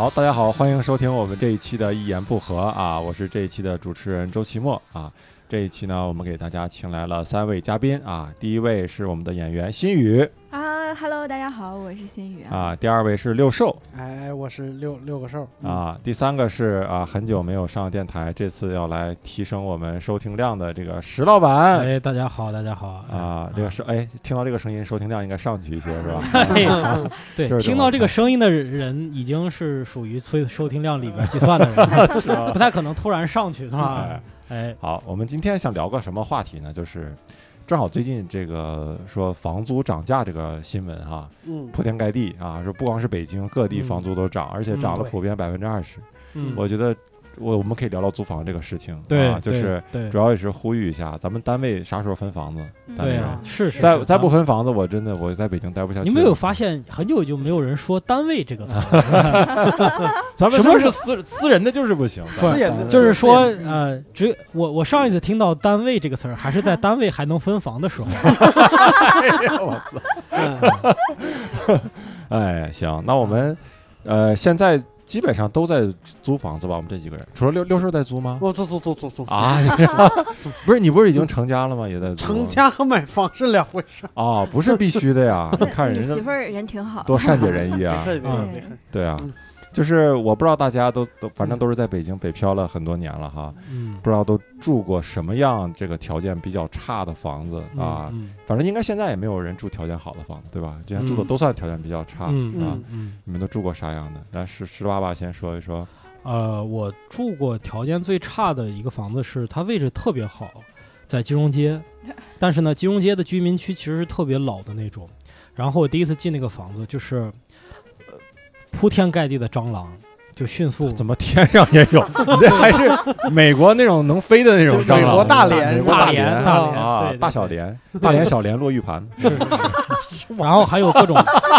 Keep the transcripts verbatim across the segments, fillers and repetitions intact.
好，大家好，欢迎收听我们这一期的一言不合啊，我是这一期的主持人周奇墨啊。这一期呢，我们给大家请来了三位嘉宾啊，第一位是我们的演员新宇啊 ，Hello， 大家好，我是新宇啊。 啊，第二位是六兽， 哎，我是六六个兽啊，第三个是啊，很久没有上电台，这次要来提升我们收听量的这个石老板。 哎，大家好，大家好啊，这个是哎，听到这个声音，收听量应该上去一些是吧？ 哎、对， 就是听到这个声音的人已经是属于收收听量里边计算的人， 是吧？ 不太可能突然上去，是吧？ 哎哎， 好，我们今天想聊个什么话题呢？就是正好最近这个说房租涨价这个新闻哈， 嗯， 铺天盖地啊，说不光是北京，各地房租都涨，嗯、而且涨了普遍百分之二十。 嗯， 我觉得我我们可以聊聊租房这个事情， 对， 啊、就是主要也是呼吁一下，咱们单位啥时候分房子？ 对啊，是是， 再再不分房子，我真的我在北京待不下去。 你没有发现很久就没有人说单位这个词？ 咱们什么是私私人的就是不行， 私人的就是说呃，只我我上一次听到单位这个词儿，还是在单位还能分房的时候。 哎呀，我操！哎，行，那我们呃现在。基本上都在租房子吧，我们这几个人，除了六六兽在租吗？ 我租租租租租啊！不是你不是已经成家了吗？也在租。 成家和买房是两回事啊、哦，不是必须的呀。你看人家媳妇儿人挺好， 多善解人意啊！ 对嗯，对啊。就是我不知道大家都都反正都是在北京北漂了很多年了哈， 嗯， 不知道都住过什么样这个条件比较差的房子啊， 嗯嗯、 反正应该现在也没有人住条件好的房子，对吧？之前住的都算条件比较差、 嗯、 啊、 嗯嗯。 你们都住过啥样的？来，十十爸爸先说一说。 呃，我住过条件最差的一个房子是它位置特别好，在金融街，但是呢，金融街的居民区其实是特别老的那种。然后我第一次进那个房子，就是。铺天盖地的蟑螂，就迅速怎么天上也有？你这还是美国那种能飞的那种蟑螂？ 美国大连， 大连，大连啊， 对对对大小连，大连小连落玉盘。 是是是然后还有各种，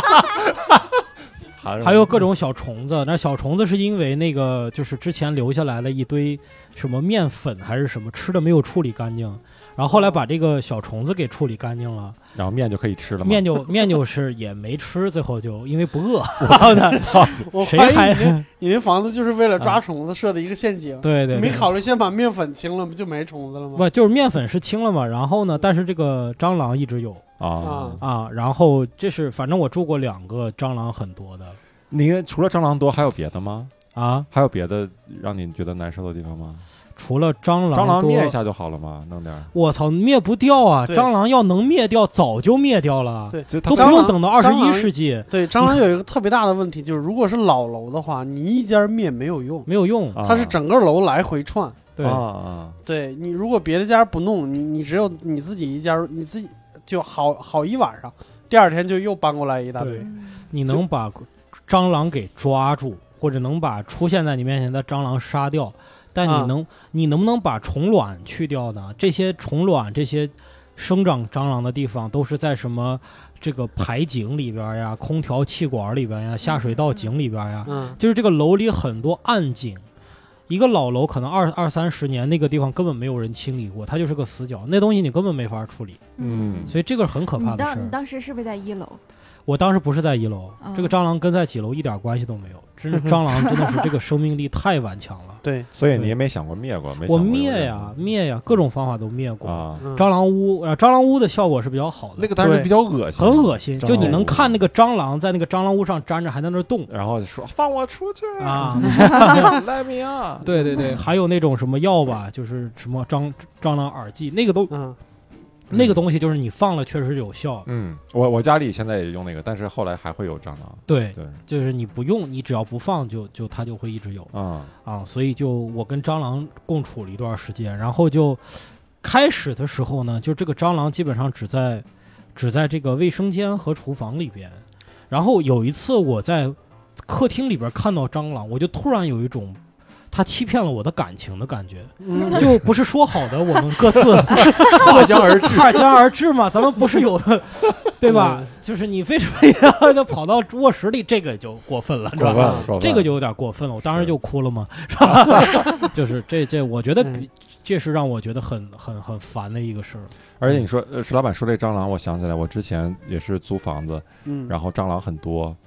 还有各种小虫子。那小虫子是因为那个就是之前留下来了一堆什么面粉还是什么吃的没有处理干净，然后后来把这个小虫子给处理干净了。 然后面就可以吃了吗？ 面就面就是也没吃，最后就因为不饿。 我谁还你那房子就是为了抓虫子设的一个陷阱？ 啊、对, 对对， 没考虑先把面粉清了，不就没虫子了吗？ 不，就是面粉是清了嘛，然后呢，但是这个蟑螂一直有啊啊，然后这是反正我住过两个蟑螂很多的。 你除了蟑螂多还有别的吗？ 啊， 还有别的让你觉得难受的地方吗？ 除了蟑螂， 蟑螂灭一下就好了嘛，弄点。 我操，灭不掉啊！蟑螂要能灭掉，早就灭掉了。 对， 都不用等到二十一世纪。 对，蟑螂有一个特别大的问题，就是如果是老楼的话，你一家灭没有用， 没有用， 它是整个楼来回窜。 对啊， 对你如果别的家不弄，你你只有你自己一家，你自己就好好一晚上，第二天就又搬过来一大堆。 你能把蟑螂给抓住，或者能把出现在你面前的蟑螂杀掉。但你能、啊，你能不能把虫卵去掉呢？这些虫卵，这些生长蟑螂的地方，都是在什么这个排井里边呀、空调气管里边呀、下水道井里边呀， 嗯， 就是这个楼里很多暗井。一个老楼可能二二三十年，那个地方根本没有人清理过，它就是个死角，那东西你根本没法处理。 嗯， 所以这个很可怕的事儿。 你当你当时是不是在一楼？ 我当时不是在一楼、 哦， 这个蟑螂跟在几楼一点关系都没有。真是蟑螂真的是这个生命力太顽强了。 对， 所以你也没想过灭过？没想过我灭呀灭呀，各种方法都灭过啊。 蟑螂屋，呃，蟑螂屋的效果是比较好的， 那个但是比较恶心， 很恶心。就你能看那个蟑螂在那个蟑螂屋上粘着，还在那动， 然后就说放我出去啊 ，Let me out。 对对对，还有那种什么药吧，就是什么蟑蟑螂耳剂，那个都。 嗯那个东西就是你放了确实有效。 嗯，我我家里现在也用那个，但是后来还会有蟑螂。 对对， 就是你不用，你只要不放就就它就会一直有啊、 嗯、啊，所以就我跟蟑螂共处了一段时间，然后就开始的时候呢，就这个蟑螂基本上只在只在这个卫生间和厨房里边，然后有一次我在客厅里边看到蟑螂，我就突然有一种。他欺骗了我的感情的感觉， 嗯、 就不是说好的我们各自划江而治， 划江而治嘛？咱们不是有，对吧？嗯、就是你为什么要跑到卧室里？这个就过分了，知道吧？这个就有点过分了，我当时就哭了嘛，是吧？就是这这，我觉得这是让我觉得很很很烦的一个事儿。 而且你说，呃，石老板说这蟑螂，我想起来，我之前也是租房子， 嗯， 然后蟑螂很多， 嗯。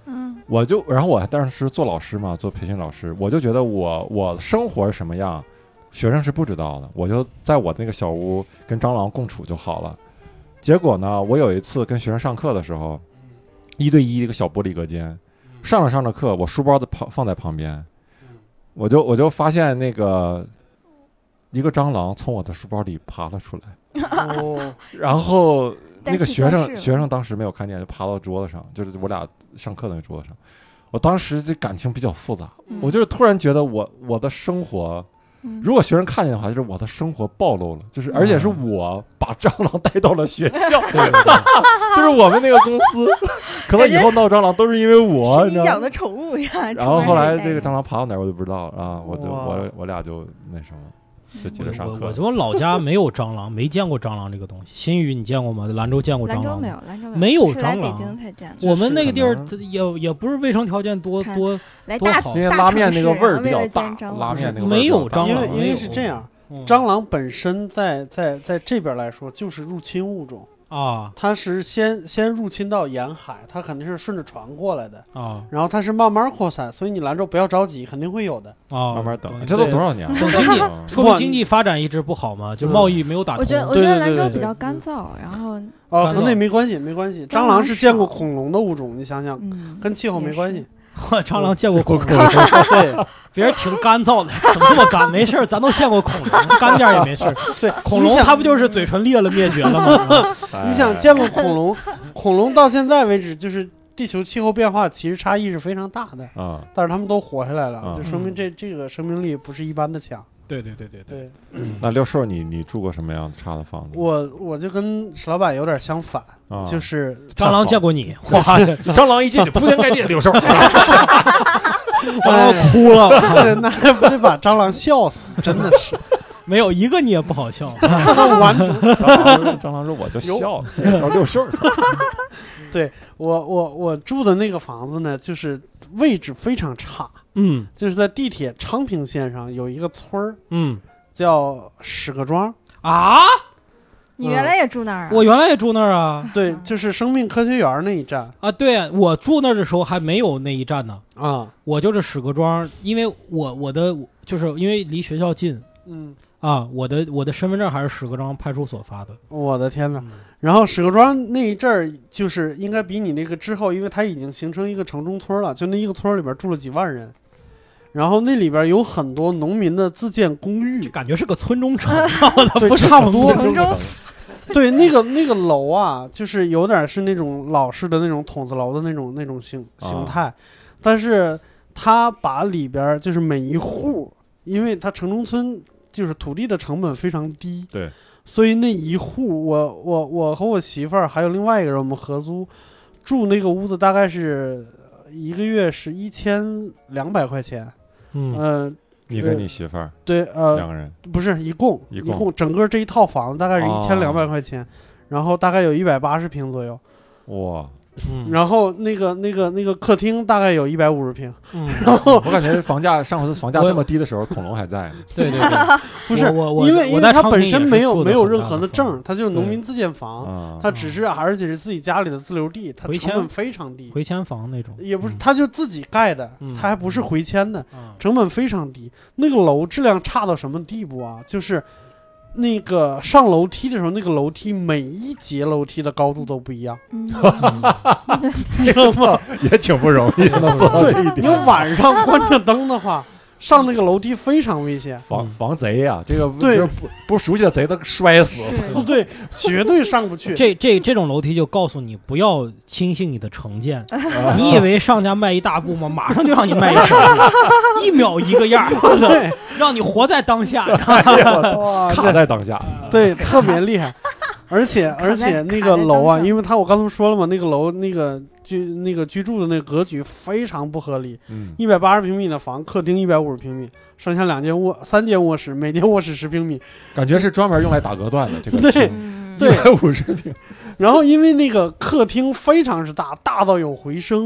我就然后我当时做老师嘛，做培训老师，我就觉得我我生活是什么样，学生是不知道的，我就在我那个小屋跟蟑螂共处就好了。结果呢，我有一次跟学生上课的时候，一对一一个小玻璃隔间，上着上着课，我书包在旁放在旁边，我就我就发现那个一个蟑螂从我的书包里爬了出来， 哦， 然后那个学带去教室生学生当时没有看见，就爬到桌子上，就是我俩上课的那个桌子上。我当时这感情比较复杂， 嗯我就是突然觉得我我的生活。 嗯如果学生看见的话，就是我的生活暴露了，就是而且是我把蟑螂带到了学校， 对对对， 就是我们那个公司，可能以后闹蟑螂都是因为我， 是你你知道吗？ 养的宠物呀。 然后后来这个蟑螂螂爬到哪儿我就不知道了啊，我就哇我我俩就那什么，就接着上课我我。我老家没有蟑螂，没见过蟑螂这个东西。新宇你见过吗？兰州见过蟑螂吗？ 兰州没有，兰州没有是来北蟑螂京才见的。 就我们那个地儿可也也不是卫生条件多看多来大多好因为大拉面那个城市味儿比较为了大见蟑，螂拉面那个味儿没有比较大蟑螂因为因为没有是这样， 嗯蟑螂本身在在在这边来说就是入侵物种， 啊它是先先入侵到沿海，它肯定是顺着船过来的， 啊然后它是慢慢扩散，所以你兰州不要着急，肯定会有的。 啊！ 慢慢等， 对这都多少年了？ 等经济嗯说明经济发展一直不好嘛，就贸易没有打通。 我觉得我对觉得对对对兰州比较干燥，然后哦， 干燥和那没关系，没关系。 蟑螂蟑螂是见过少恐龙的物种，你想想， 嗯， 跟气候没关系。 我蟑螂见过恐龙， 对别人挺干燥的，怎么这么干？没事儿，咱都见过恐龙，干点儿也没事儿。 对， 恐龙你想它不就是嘴唇裂了灭绝了吗？ 哎你想见过恐龙，恐龙到现在为止，就是地球气候变化其实差异是非常大的， 啊， 但是他们都活下来了， 嗯就说明这这个生命力不是一般的强。 对对对对对， 对那六兽你你住过什么样差的房子？ 我我就跟石老板有点相反， 啊， 就是蟑螂见过你，哇， 蟑螂一进去铺天盖地，六兽蟑螂哭了， 对，那不得把蟑螂笑死，真的是没有一个你也不好笑。 完犊。 蟑螂蟑螂说我就笑了，叫六兽。 我我我住的那个房子呢，就是位置非常差， 嗯就是在地铁昌平线上有一个村儿嗯叫史各庄， 啊， 你原来也住那儿啊？ 我原来也住那儿啊对，就是生命科学园那一站啊，对我住那儿的时候还没有那一站呢， 啊， 我就是史各庄，因为我我的就是因为离学校近嗯， 啊，我的我的身份证还是史各庄派出所发的。 我的天呐。 嗯然后史各庄那一阵儿，就是应该比你那个之后，因为它已经形成一个城中村了，就那一个村里边住了几万人，然后那里边有很多农民的自建公就寓， 感觉是个村中城，它对， 不是差不多。 城中对，那个那个楼啊，就是有点是那种老式的那种筒子楼的那种那种形形态，但是它把里边就是每一户，因为它城中村就是土地的成本非常低， 对， 所以那一户我我我和我媳妇儿还有另外一个人，我们合租住那个屋子，大概是一个月是一千两百块钱， 嗯呃， 你跟你媳妇儿对，呃， 两个人， 不是，一共一共共整个这一套房子大概是哦一千两百块钱，然后大概有一百八十平左右， 哇， 嗯然后那个那个那个客厅大概有一百五十平， 嗯， 我感觉房价上次房价这么低的时候，恐龙还在呢。 对对对， 不是， 我我因为因为我在它本身昌平也是没有没有住得很任何的大的房证，它就是农民自建房， 啊， 它只是而且是自己家里的自留地，它回迁成本非常低， 回迁房那种， 也不是， 嗯它就自己盖的， 嗯它还不是回迁的， 啊成本非常低。那个楼质量差到什么地步啊？就是那个上楼梯的时候，那个楼梯每一节楼梯的高度都不一样， 嗯， 你知道吗？ 也挺不容易能做到这一你点。 晚上关着灯的话，上那个楼梯非常危险。 防防贼呀，这个对就是不不熟悉的贼都摔死。 是对，绝对上不去。 这这这种楼梯就告诉你不要轻信你的成见， 啊你以为上家迈一大步吗？马上就让你迈一小步，一秒一个样儿， 对， 让你活在当下。 哎呀我操哇， 卡在当下， 对，特别厉害。而且卡在而且那卡在个楼啊， 当上因为他我刚才说了嘛，那个楼那个居那个居住的那个格局非常不合理。 嗯， 一百八十平米的房，客厅一百五十平米，剩下两间卧三间卧室，每间卧室十平米。 感觉是专门用来打隔断的这个。 对嗯对， 五十平， 然后因为那个客厅非常之大，大到有回声，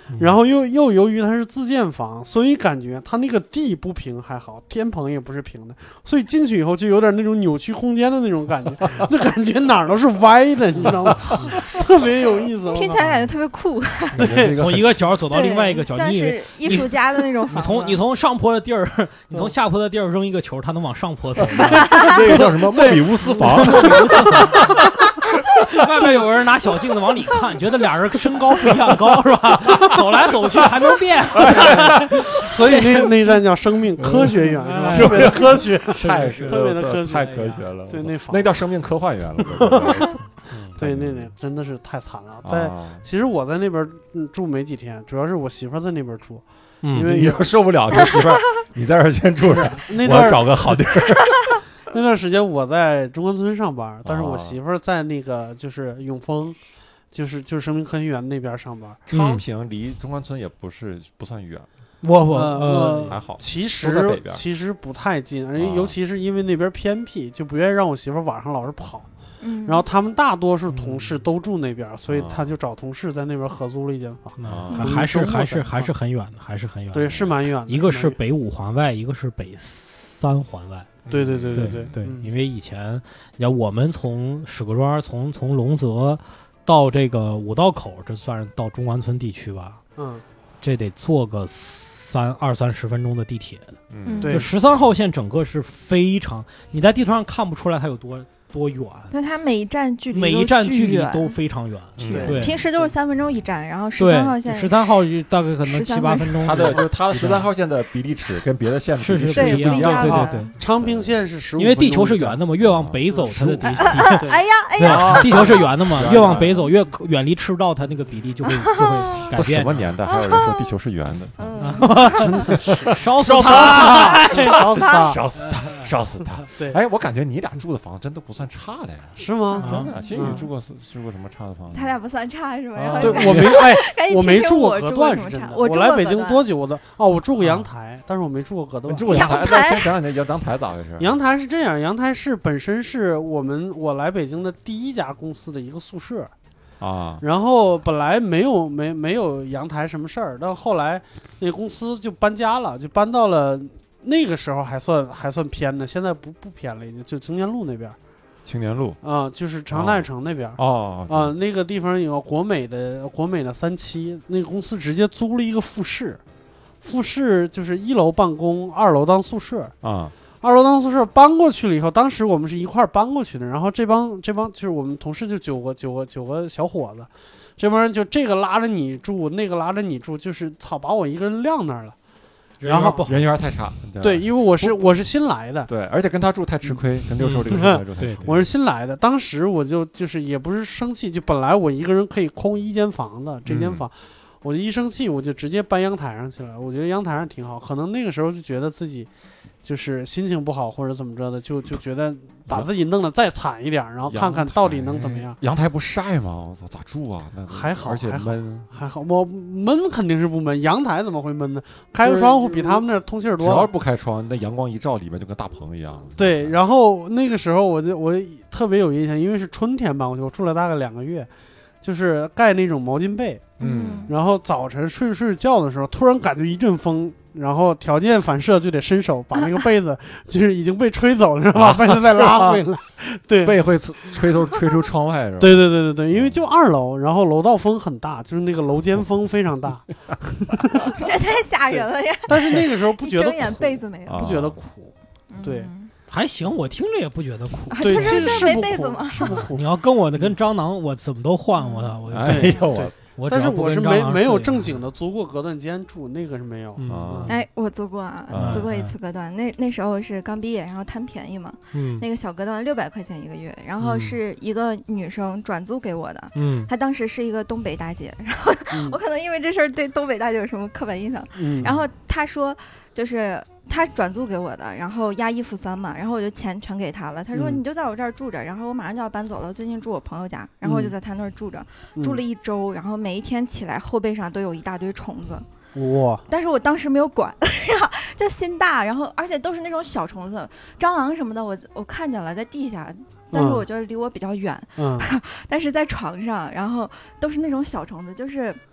然后又又由于它是自建房，所以感觉它那个地不平还好，天棚也不是平的，所以进去以后就有点那种扭曲空间的那种感觉，就感觉哪儿都是歪的，你知道吗？特别有意思， 听起来感觉特别酷。 对， 从一个角走到另外一个角， 像是艺术家的那种房子。 你从你从上坡的地儿，你从下坡的地儿扔一个球，它能往上坡走。 这个叫什么莫比乌斯房？ 外面有人拿小镜子往里看，觉得俩人身高不一样高是吧？走来走去还能变， 所以那那站叫生命科学园是吧？特别的科学， 太特别的科学， 太科学了。 对，那房那叫生命科幻园了。 对，那那真的是太惨了。在其实我在那边住没几天，主要是我媳妇在那边住，因为你受不了这媳妇儿，你在这儿先住着，我找个好地儿。 那段时间我在中关村上班，但是我媳妇儿在那个就是永丰，就是就是生命科学园那边上班。 昌平离中关村也不是不算远， 我我呃还好， 其实其实不太近，而尤其是因为那边偏僻，就不愿意让我媳妇儿晚上老是跑。 嗯， 然后他们大多数同事都住那边，所以他就找同事在那边合租了一间房。 还是还是还是很远的，还是很远。 对，是蛮远的。 一个是北五环外，一个是北三环外。 对对对对对对，因为以前，你看我们从史各庄，从从龙泽到这个五道口，这算是到中关村地区吧？ 嗯， 这得坐个三二三十分钟的地铁。 嗯， 对， 就十三号线整个是非常，你在地图上看不出来它有多。多远？ 那它每一站距离每一站距离都非常远，对， 平时都是三分钟一站，然后十三号线十三号大概可能七八分钟。 它的就是它的十三号线的比例尺跟别的线是是不一样，对对对。 昌平线是十五， 因为地球是圆的嘛，越往北走它的比例， 哎呀哎呀， 地球是圆的嘛，越往北走越远离赤道，它那个比例就会就会改变。 什么年代还有人说地球是圆的？ 真的是烧死他， 烧死他，烧死他，烧死他。 对， 哎，我感觉你俩住的房真的不算差的呀。 是吗？ 真的，新宇住过住过什么差的房子？ 他俩不算差是吧？ 对，我没哎，我没住过隔断是真的。我来北京多久？我的哦，我住过阳台，但是我没住过隔断。 住过阳台？先讲讲那阳台咋回事？ 阳台是这样，阳台是本身是我们我来北京的第一家公司的一个宿舍啊。然后本来没有没没有阳台什么事儿，但后来那公司就搬家了，就搬到了那个时候还算还算偏的，现在不不偏了，已经就青年路那边。 青年路啊、呃，就是长大悦城那边哦啊、呃，那个地方有国美的国美的三期，那个公司直接租了一个复式，复式就是一楼办公，二楼当宿舍啊。 二楼当宿舍搬过去了以后，当时我们是一块搬过去的，然后这帮这帮就是我们同事就九个九个九个小伙子，这帮人就这个拉着你住，那个拉着你住，就是操把我一个人晾那儿了。然后人缘太差， 对，因为我是我是新来的， 对，而且跟他住太吃亏，跟六兽这个住太对， 我是新来的，当时我就就是也不是生气，就本来我一个人可以空一间房子，这间房，我就一生气我就直接搬阳台上去了，我觉得阳台上挺好，可能那个时候就觉得自己就是心情不好或者怎么着的，就就觉得把自己弄得再惨一点，然后看看到底能怎么样。 阳台不晒吗？我操，咋住啊？那还好， 而且闷， 还好。我闷肯定是不闷，阳台怎么会闷呢？开个窗户比他们那儿通气儿多了。 只要不开窗，那阳光一照，里面就跟大棚一样。 对，然后那个时候我就我特别有印象，因为是春天搬过去，我住了大概两个月。就是盖那种毛巾被， 嗯， 然后早晨睡着睡着觉的时候，突然感觉一阵风，然后条件反射就得伸手把那个被子，就是已经被吹走了，是吧？被子再拉回来，对， 被会吹出吹出窗外，是吧？ 对对对对对，因为就二楼，然后楼道风很大，就是那个楼间风非常大， 这太吓人了呀！ 但是那个时候不觉得睁眼被子没有， 不觉得苦，对。 还行，我听着也不觉得苦。 对，其实是不苦， 是不苦。 你要跟我的跟蟑螂，我怎么都换我的。我哎呦我， 我但是我是没没有正经的租过隔断间住，那个是没有。 嗯、 哎，我租过啊，租过一次隔断。那那时候是刚毕业，然后贪便宜嘛。 嗯。 那个小隔断六百块钱一个月，然后是一个女生转租给我的。 嗯。 她当时是一个东北大姐，然后、嗯、我可能因为这事儿对东北大姐有什么刻板印象。 嗯。 然后她说就是。他转租给我的，然后押一付三嘛，然后我就钱全给他了。他说你就在我这儿住着，然后我马上就要搬走了，最近住我朋友家，然后我就在他那儿住着， 嗯、 住了一周，然后每一天起来后背上都有一大堆虫子。 哇！ 但是我当时没有管，然后就心大，然后而且都是那种小虫子，蟑螂什么的我，我我看见了在地下，但是我觉得离我比较远， 嗯， 但是在床上，然后都是那种小虫子，就是。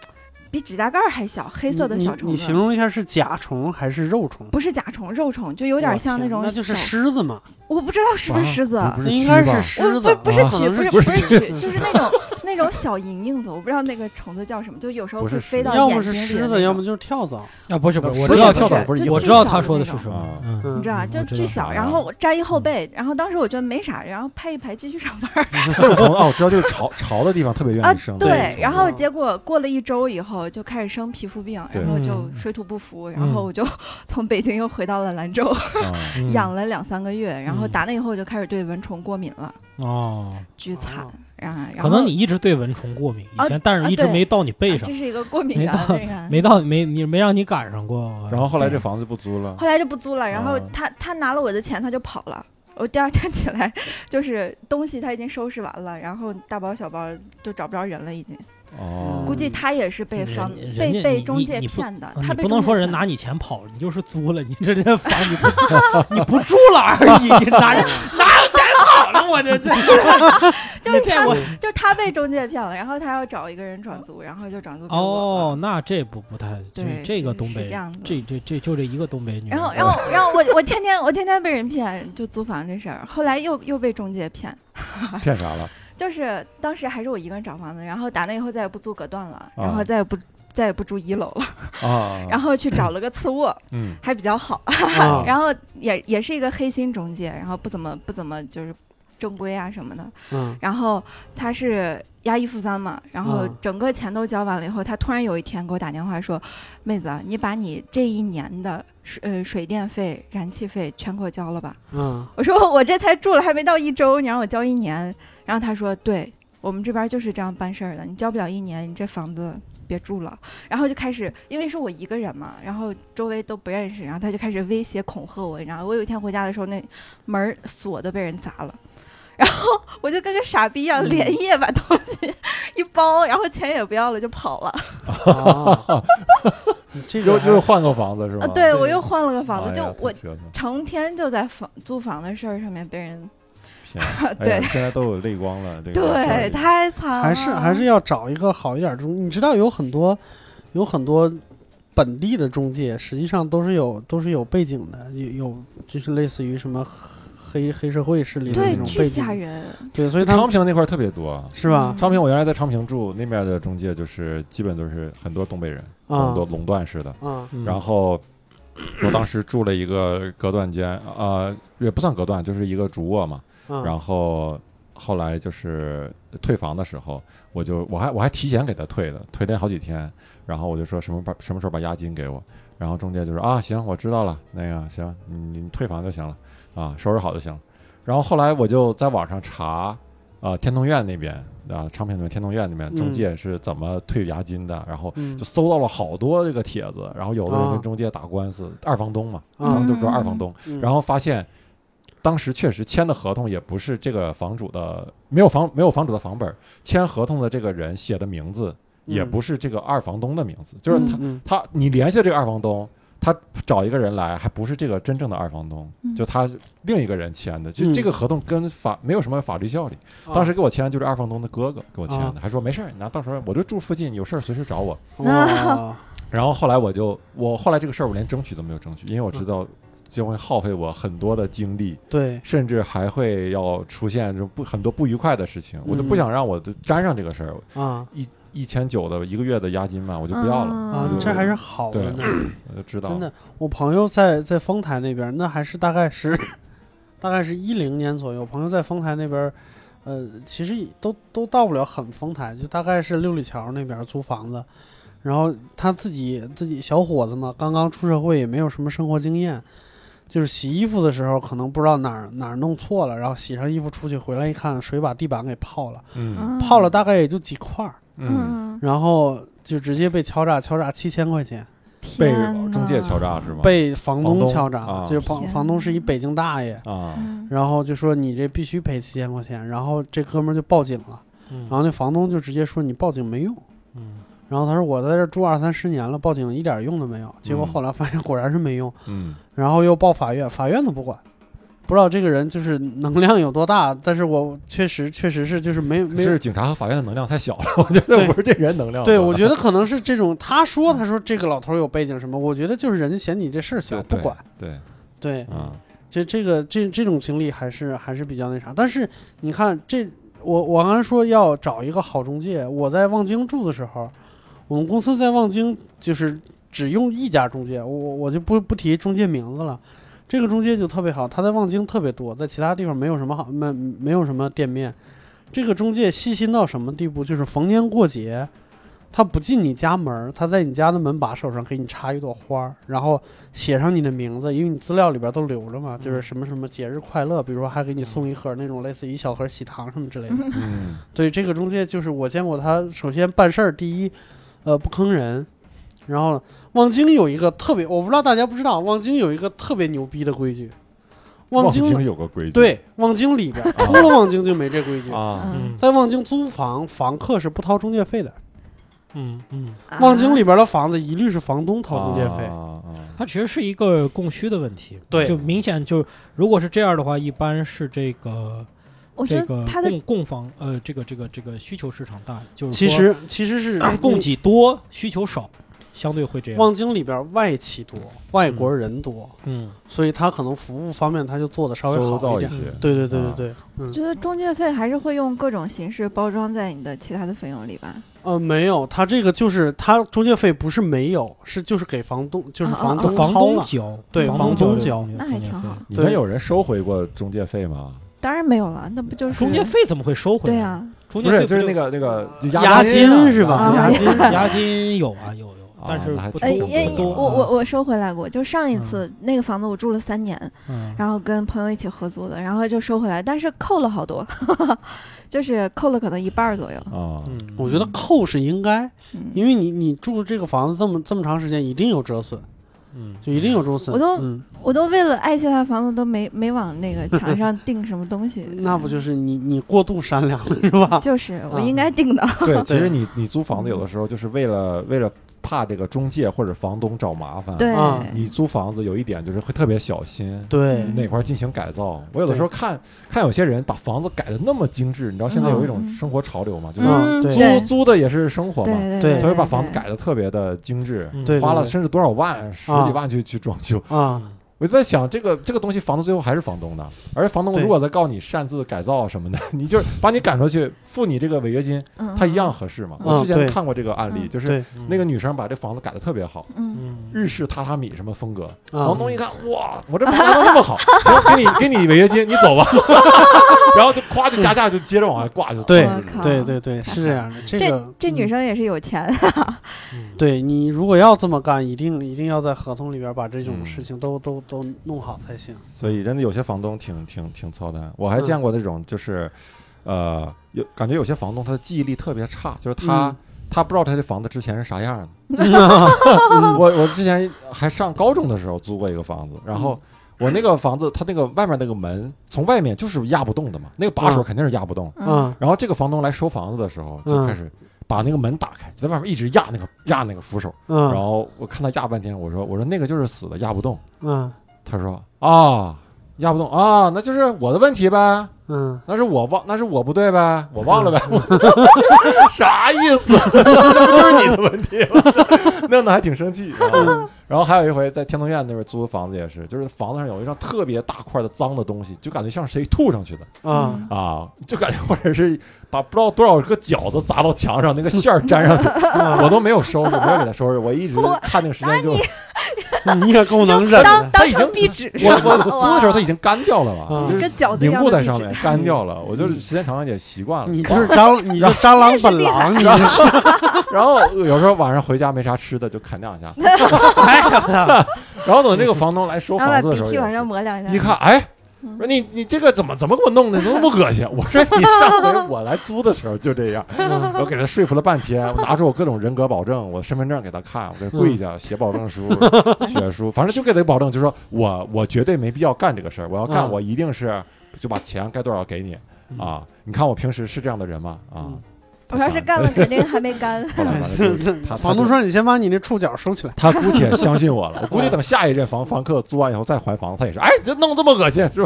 比指甲盖还小，黑色的小虫子。 你, 你, 你形容一下是甲虫还是肉虫？ 不是甲虫，肉虫，就有点像那种。 那就是狮子嘛？ 我不知道是不是狮子， 应该是狮子。 不是蛆，不是不是蛆，就是那种那种小蝇蝇子，我不知道那个虫子叫什么，就有时候会飞到眼睛里。 要么是狮子，要么就是跳蚤。 啊，不是不是，我知道跳蚤不是， 我知道他说的是什么， 你知道，就巨小，然后我摘一后背，然后当时我觉得没啥，然后拍一拍继续上班。 这种哦，我知道，就是潮潮的地方特别愿意生。 对，然后结果过了一周以后就开始生皮肤病，然后就水土不服，然后我就从北京又回到了兰州，养了两三个月，然后打那以后就开始对蚊虫过敏了。哦，巨惨。 可能你一直对蚊虫过敏，以前但是一直没到你背上， 这是一个过敏源， 没到没你没让你赶上过。 然后后来这房子不租了， 后来就不租了。然后他他拿了我的钱，他就跑了。我第二天起来，就是东西他已经收拾完了，然后大包小包就找不着人了，已经。哦，估计他也是被房被被中介骗的。他不能说人拿你钱跑了，你就是租了，你这这房你不你不住了而已，你拿人哪有钱跑了？我这这就是他就是他被中介骗了，然后他要找一个人转租，然后就转租给我。 哦，那这不不太对， 这个东北这样这这这就这一个东北女人。 然后然后然后我我天天我天天被人骗，就租房这事儿，后来又又被中介骗。 骗啥了？ 就是当时还是我一个人找房子，然后打那以后再也不租隔断了，啊、然后再也不再也不住一楼了，啊、然后去找了个次卧，嗯，还比较好，啊、然后也也是一个黑心中介，然后不怎么不怎么就是正规啊什么的，嗯，然后他是押一付三嘛，然后整个钱都交完了以后，他突然有一天给我打电话说，妹子，你把你这一年的水呃水电费、燃气费全给我交了吧，嗯，我说我这才住了还没到一周，你让我交一年。然后他说：“对我们这边就是这样办事儿的，你交不了一年，你这房子别住了。”然后就开始，因为是我一个人嘛，然后周围都不认识，然后他就开始威胁恐吓我。然后我有一天回家的时候，那门锁都被人砸了，然后我就跟个傻逼一样，连夜把东西一包，然后钱也不要了就跑了。 啊、这个又又换个房子是吧？ 啊、对，我又换了个房子，哎、就我成天就在房租房的事儿上面被人。 对、哎，现在都有泪光了。这个、 对，太惨了。 还是还是要找一个好一点的中，你知道有很多有很多本地的中介，实际上都是有都是有背景的，有有就是类似于什么黑黑社会势力的那种背景。 对，巨吓人。 对，所以他昌平那块特别多， 是吧？ 昌平我原来在昌平住，那边的中介就是基本都是很多东北人，很多垄断式的。啊、嗯，然后。我当时住了一个隔断间，呃，也不算隔断，就是一个主卧嘛。嗯、然后后来就是退房的时候，我就我还我还提前给他退的，退了好几天。然后我就说什么把什么时候把押金给我，然后中介就说啊行，我知道了，那个行，你你退房就行了，啊收拾好就行了。然后后来我就在网上查，呃天通苑那边啊昌平那边天通苑那边中介是怎么退押金的，嗯、然后就搜到了好多这个帖子，然后有的人跟中介打官司，啊、二房东嘛，他们就说二房东，嗯、然后发现。当时确实签的合同也不是这个房主的，没有房没有房主的房本，签合同的这个人写的名字也不是这个二房东的名字，嗯、就是他、嗯、他你联系的这个二房东，他找一个人来还不是这个真正的二房东，嗯、就他另一个人签的，就这个合同跟法没有什么法律效力。嗯、当时给我签就是二房东的哥哥给我签的，啊、还说没事，你拿到时候我就住附近，有事随时找我。 啊、 然后后来我就我后来这个事儿我连争取都没有争取，因为我知道。就会耗费我很多的精力， 对， 甚至还会要出现这不很多不愉快的事情，嗯、我就不想让我沾上这个事儿啊。一一千九的一个月的押金嘛，我就不要了啊。这还是好的呢， 我就知道。 真的，我朋友在在丰台那边，那还是大概是大概是一零年左右，朋友在丰台那边，呃，其实都都到不了很丰台，就大概是六里桥那边租房子。然后他自己自己小伙子嘛，刚刚出社会，也没有什么生活经验。就是洗衣服的时候可能不知道哪儿哪儿弄错了，然后洗上衣服出去回来一看，水把地板给泡了，嗯，泡了大概也就几块，嗯，然后就直接被敲诈，敲诈七千块钱， 被中介敲诈是吗？ 被房东敲诈，啊、就是房房东是一北京大爷啊，然后就说你这必须赔七千块钱，然后这哥们儿就报警了，嗯、然后那房东就直接说你报警没用，嗯。然后他说我在这住二三十年了，报警一点用都没有。结果后来发现果然是没用，嗯，然后又报法院，法院都不管， 不知道这个人就是能量有多大，但是我确实确实是就是没没是警察和法院的能量太小了，我觉得不是这人能量。 对，我觉得可能是这种，他说他说这个老头有背景什么，我觉得就是人家嫌你这事儿小不管。 对对， 嗯， 这这个这这种经历还是还是比较那啥。但是你看这，我我刚才说要找一个好中介，我在望京住的时候，我们公司在望京就是只用一家中介，我我就不不提中介名字了。这个中介就特别好，他在望京特别多，在其他地方没有什么好没没有什么店面。这个中介细心到什么地步？就是逢年过节，他不进你家门，他在你家的门把手上给你插一朵花，然后写上你的名字，因为你资料里边都留着嘛，就是什么什么节日快乐，比如说还给你送一盒那种类似于一小盒喜糖什么之类的。 嗯， 对，这个中介就是我见过他，首先办事儿，第一，呃，不坑人。然后望京有一个特别，我不知道大家不知道，望京有一个特别牛逼的规矩。望京, 望京有个规矩， 对，望京里边除了望京就没这规矩啊。 在望京租房，房客是不掏中介费的。 嗯嗯， 望京里边的房子一律是房东掏中介费。 啊啊、 它其实是一个供需的问题。 对， 就明显就如果是这样的话，一般是这个。 我觉得它的供供房呃，这个这个这个需求市场大，就是其实其实是供给多，需求少。相对会这样。 望京里边外企多，外国人多， 嗯， 所以他可能服务方面他就做的稍微好一点。 对对对对对， 嗯，觉得中介费还是会用各种形式包装在你的其他的费用里吧？ 呃，没有，他这个就是他中介费不是没有，是就是给房东，就是房东房东交， 对，房东交， 那还挺好。 你们有人收回过中介费吗？ 当然没有了，那不就是中介费怎么会收回来？ 对啊， 中介费就是那个那个押金是吧？押金押金有啊有。但是不多， 呃，我我我收回来过，就上一次、嗯、那个房子我住了三年、嗯，然后跟朋友一起合租的，然后就收回来，但是扣了好多，就是扣了可能一半左右。 啊、 嗯，我觉得扣是应该，嗯、因为你你住这个房子这么这么长时间，一定有折损。嗯，就一定有折损。 我都、 嗯、 我都为了爱惜他房子，都没没往那个墙上钉什么东西。 那不就是你你过度善良了是吧？ 就是我应该钉的。 啊、对，其实你你租房子有的时候就是为了为了。怕这个中介或者房东找麻烦， 对， 你租房子有一点就是会特别小心， 对哪块进行改造。我有的时候看看有些人把房子改的那么精致，你知道现在有一种生活潮流嘛， 嗯、 就是租租的也是生活嘛， 对， 对所以把房子改的特别的精致， 对， 花了甚至多少万、十几万去去装修啊。 我就在想，这个这个东西，房子最后还是房东的，而且房东如果再告你擅自改造什么的，你就把你赶出去，付你这个违约金， 嗯、 他一样合适嘛。 嗯、 我之前看过这个案例， 嗯、 就是那个女生把这房子改的特别好， 嗯， 日式榻榻米什么风格， 嗯、 房东一看，哇，我这房子都这么好，行，给你给你违约金，你走吧，然后就咵就加价，就接着往外挂，就对对对对，是这样的。这个这女生也是有钱， 嗯、对你如果要这么干，一定一定要在合同里边把这种事情都、嗯、都都弄好才行。 所以真的有些房东挺挺挺操蛋，我还见过那种就是，嗯、呃，有感觉有些房东他的记忆力特别差，就是他、嗯、他不知道他这房子之前是啥样的。嗯、我我之前还上高中的时候租过一个房子，然后我那个房子它那个外面那个门从外面就是压不动的嘛，那个把手肯定是压不动。 嗯， 然后这个房东来收房子的时候就开始把那个门打开，在外面一直压那个压那个扶手。 嗯， 然后我看他压半天，我说我说那个就是死的，压不动。 嗯。 他说啊，压不动啊，那就是我的问题呗， 嗯， 那是我忘，那是我不对呗，我忘了呗，嗯、啥意思？那不就是你的问题吗？弄得还挺生气、啊。然后还有一回在天通苑那边租的房子也是，就是房子上有一张特别大块的脏的东西，就感觉像谁吐上去的啊、 嗯、 啊，就感觉或者是把不知道多少个饺子砸到墙上，那个馅儿粘上去，嗯、我都没有收拾，没有给他收拾，我一直看那个时间就。 你可够能忍的， 他已经壁纸， 我我租的时候他已经干掉了嘛， 跟饺子凝固在上面干掉了，我就是时间长了也习惯了。 你就是蟑，你就蟑螂本狼，你这是。 然后有时候晚上回家没啥吃的，就啃两下。然后等这个房东来收房子的时候， 往上抹两下， 一看，哎。说你你这个怎么怎么给我弄的，怎么那么恶心？我说你上回我来租的时候就这样，我给他说服了半天，我拿出我各种人格保证，我身份证给他看，我给他跪下写保证书、血书，反正就给他保证，就说我我绝对没必要干这个事儿，我要干我一定是就把钱该多少给你啊！你看我平时是这样的人吗？啊！ 我要是干了，肯定还没干。 房东说：“你先把你那触角收起来。” 他姑且相信我了。我估计等下一任房房客租完以后再还房子，他也是，哎，这弄这么恶心是吧？ 对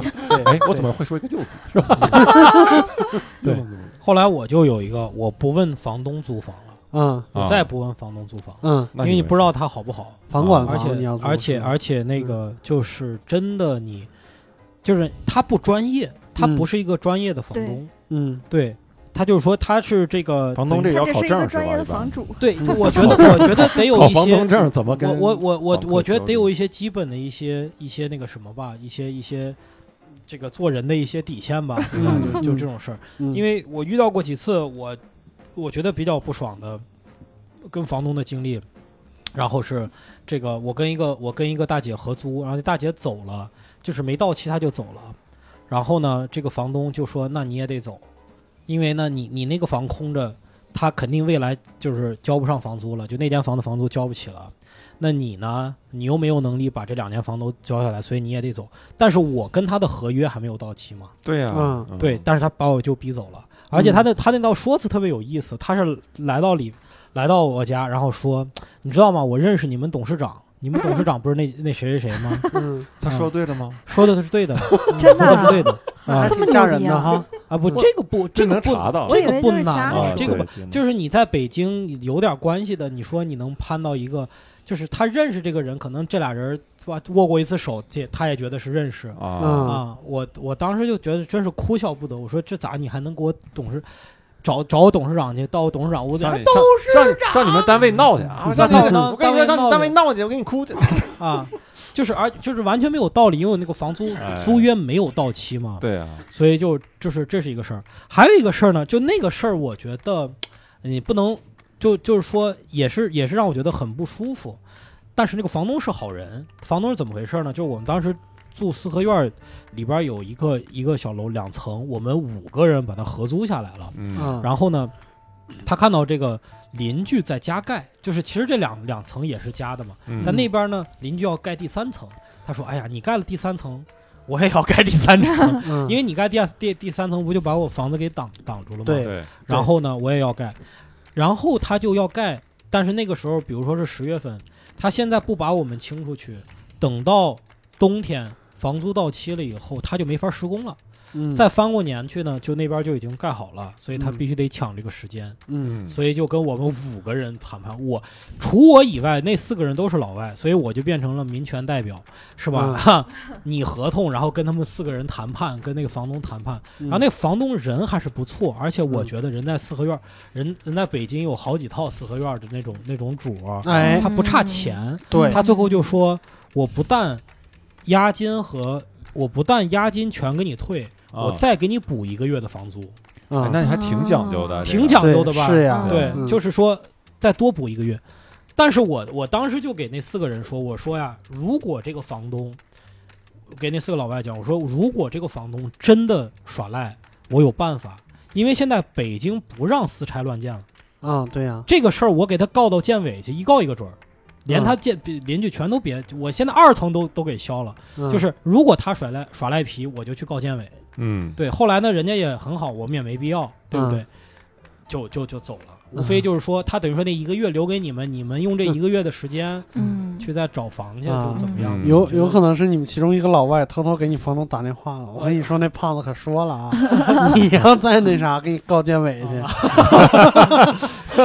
哎，我怎么会说一个就字，是吧？ 对。后来我就有一个，我不问房东租房了， 嗯， 我再不问房东租房， 嗯， 因为你不知道它好不好， 房管房，而且而且而且那个就是真的你，就是他不专业，他不是一个专业的房东， 嗯， 对。他就是说他是这个房东，这要考证是吧？ 专业的房主， 对，我觉得我觉得得有一些房东证怎么跟我我我我觉得得有一些基本的一些一些那个什么吧，一些一些这个做人的一些底线吧，对吧？就就这种事儿，因为我遇到过几次我我觉得比较不爽的跟房东的经历，然后是这个我跟一个我跟一个大姐合租，然后这大姐走了，就是没到期她就走了，然后呢这个房东就说那你也得走。因为呢，你你那个房空着，他肯定未来就是交不上房租了，就那间房的房租交不起了。那你呢，你又没有能力把这两间房都交下来，所以你也得走。但是我跟他的合约还没有到期嘛。 对呀、啊， 嗯， 对，但是他把我就逼走了，而且他的、嗯、他那道说辞特别有意思，他是来到里来到我家，然后说，你知道吗？我认识你们董事长。你们董事长不是那那谁谁谁吗？ 嗯，他说对了吗？ 说的是对的， 真的、 说的是对的啊， 这么吓人的哈啊！不，这个不，这个不，这个不难，这个就是你在北京有点关系的，你说你能攀到一个，就是他认识这个人，可能这俩人吧握过一次手，这他也觉得是认识啊啊！我我当时就觉得真是哭笑不得，我说这咋你还能给我董事？找找我董事长去，到我董事长屋子，董事长上你们单位闹去啊！上你我跟你说，上你单位闹去，我给你哭去啊！就是而就是完全没有道理，因为那个房租租约没有到期嘛。 对啊， 所以就就是这是一个事儿。还有一个事儿呢，就那个事儿，我觉得你不能就就是说，也是也是让我觉得很不舒服。但是那个房东是好人，房东是怎么回事呢？就是我们当时住四合院里边有一个一个小楼两层，我们五个人把它合租下来了。 嗯， 然后呢，他看到这个邻居在加盖，就是其实这两两层也是加的嘛。 嗯、 但那边呢，邻居要盖第三层，他说：“哎呀，你盖了第三层，我也要盖第三层， 嗯、 因为你盖第二第第三层不就把我房子给挡挡住了吗？” 对。 然后呢，我也要盖，然后他就要盖，但是那个时候，比如说是十月份，他现在不把我们清出去，等到冬天。房租到期了以后，他就没法施工了。 嗯， 再翻过年去呢，就那边就已经盖好了，所以他必须得抢这个时间。 嗯， 所以就跟我们五个人谈判，我除我以外，那四个人都是老外，所以我就变成了民权代表，是吧？嗯、你合同，然后跟他们四个人谈判，跟那个房东谈判， 嗯、 然后那个房东人还是不错，而且我觉得人在四合院，嗯、人人在北京有好几套四合院的那种那种主， 哎， 他不差钱。 对， 他最后就说，我不但押金和我不但押金全给你退， 啊、 我再给你补一个月的房租。 啊、 哎，那你还挺讲究的， 挺讲究的吧？ 是呀， 对， 嗯、 就是说再多补一个月。但是我我当时就给那四个人说，我说呀，如果这个房东给那四个老外讲，我说如果这个房东真的耍赖，我有办法，因为现在北京不让私拆乱建了。 啊，对呀， 这个事儿我给他告到建委去，一告一个准儿。连他建邻居全都别，我现在二层都都给消了。 嗯、 就是如果他耍赖耍赖皮，我就去告建委。 嗯， 对。后来呢，人家也很好，我们也没必要，对不对？ 嗯、 就就就走了。无非就是说，他等于说那一个月留给你们，你们用这一个月的时间， 嗯， 去再找房去， 嗯、 就怎么样？ 嗯、有有可能是你们其中一个老外偷偷给你房东打电话了。我跟你说，那胖子可说了啊，你要再那啥，给你告建委去。啊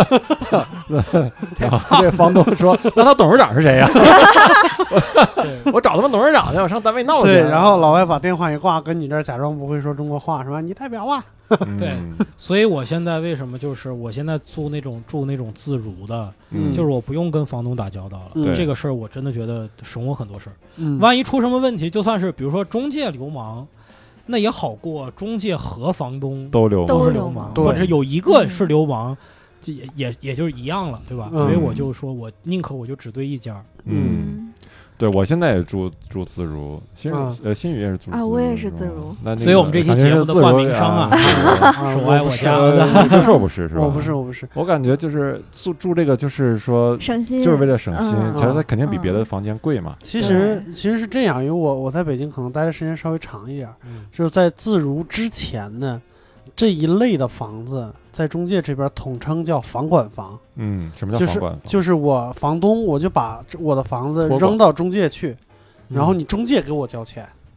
这房东说：“那他董事长是谁呀？我找他们董事长去，我上单位闹去。” 对，然后老外把电话一挂，跟你这儿假装不会说中国话是吧？你代表啊？ 对，所以我现在为什么就是我现在住那种住那种自如的， 嗯、 就是我不用跟房东打交道了。 嗯、 这个事儿我真的觉得省我很多事儿。 嗯、 万一出什么问题，就算是比如说中介流氓。那也好过中介和房东都流都是流氓，或者是有一个是流氓，这、嗯、也也也就是一样了，对吧？ 嗯、 所以我就说我宁可我就只对一家。 嗯，对我现在也住住自如，新呃、嗯、新宇也是住啊，我也是自如。 那所以我们这期节目的冠名商啊，是我爱我家的。 你说不是是吧？ 我不是我不是， 我感觉就是住住这个就是说省心， 就是为了省心， 嗯、 其实它肯定比别的房间贵嘛。 其实其实是这样，因为我我在北京可能待的时间稍微长一点， 嗯、 就是在自如之前呢，这一类的房子在中介这边统称叫房管房。 嗯，什么叫房管房？ 就是就是我房东我就把我的房子扔到中介去，然后你中介给我交钱。 啊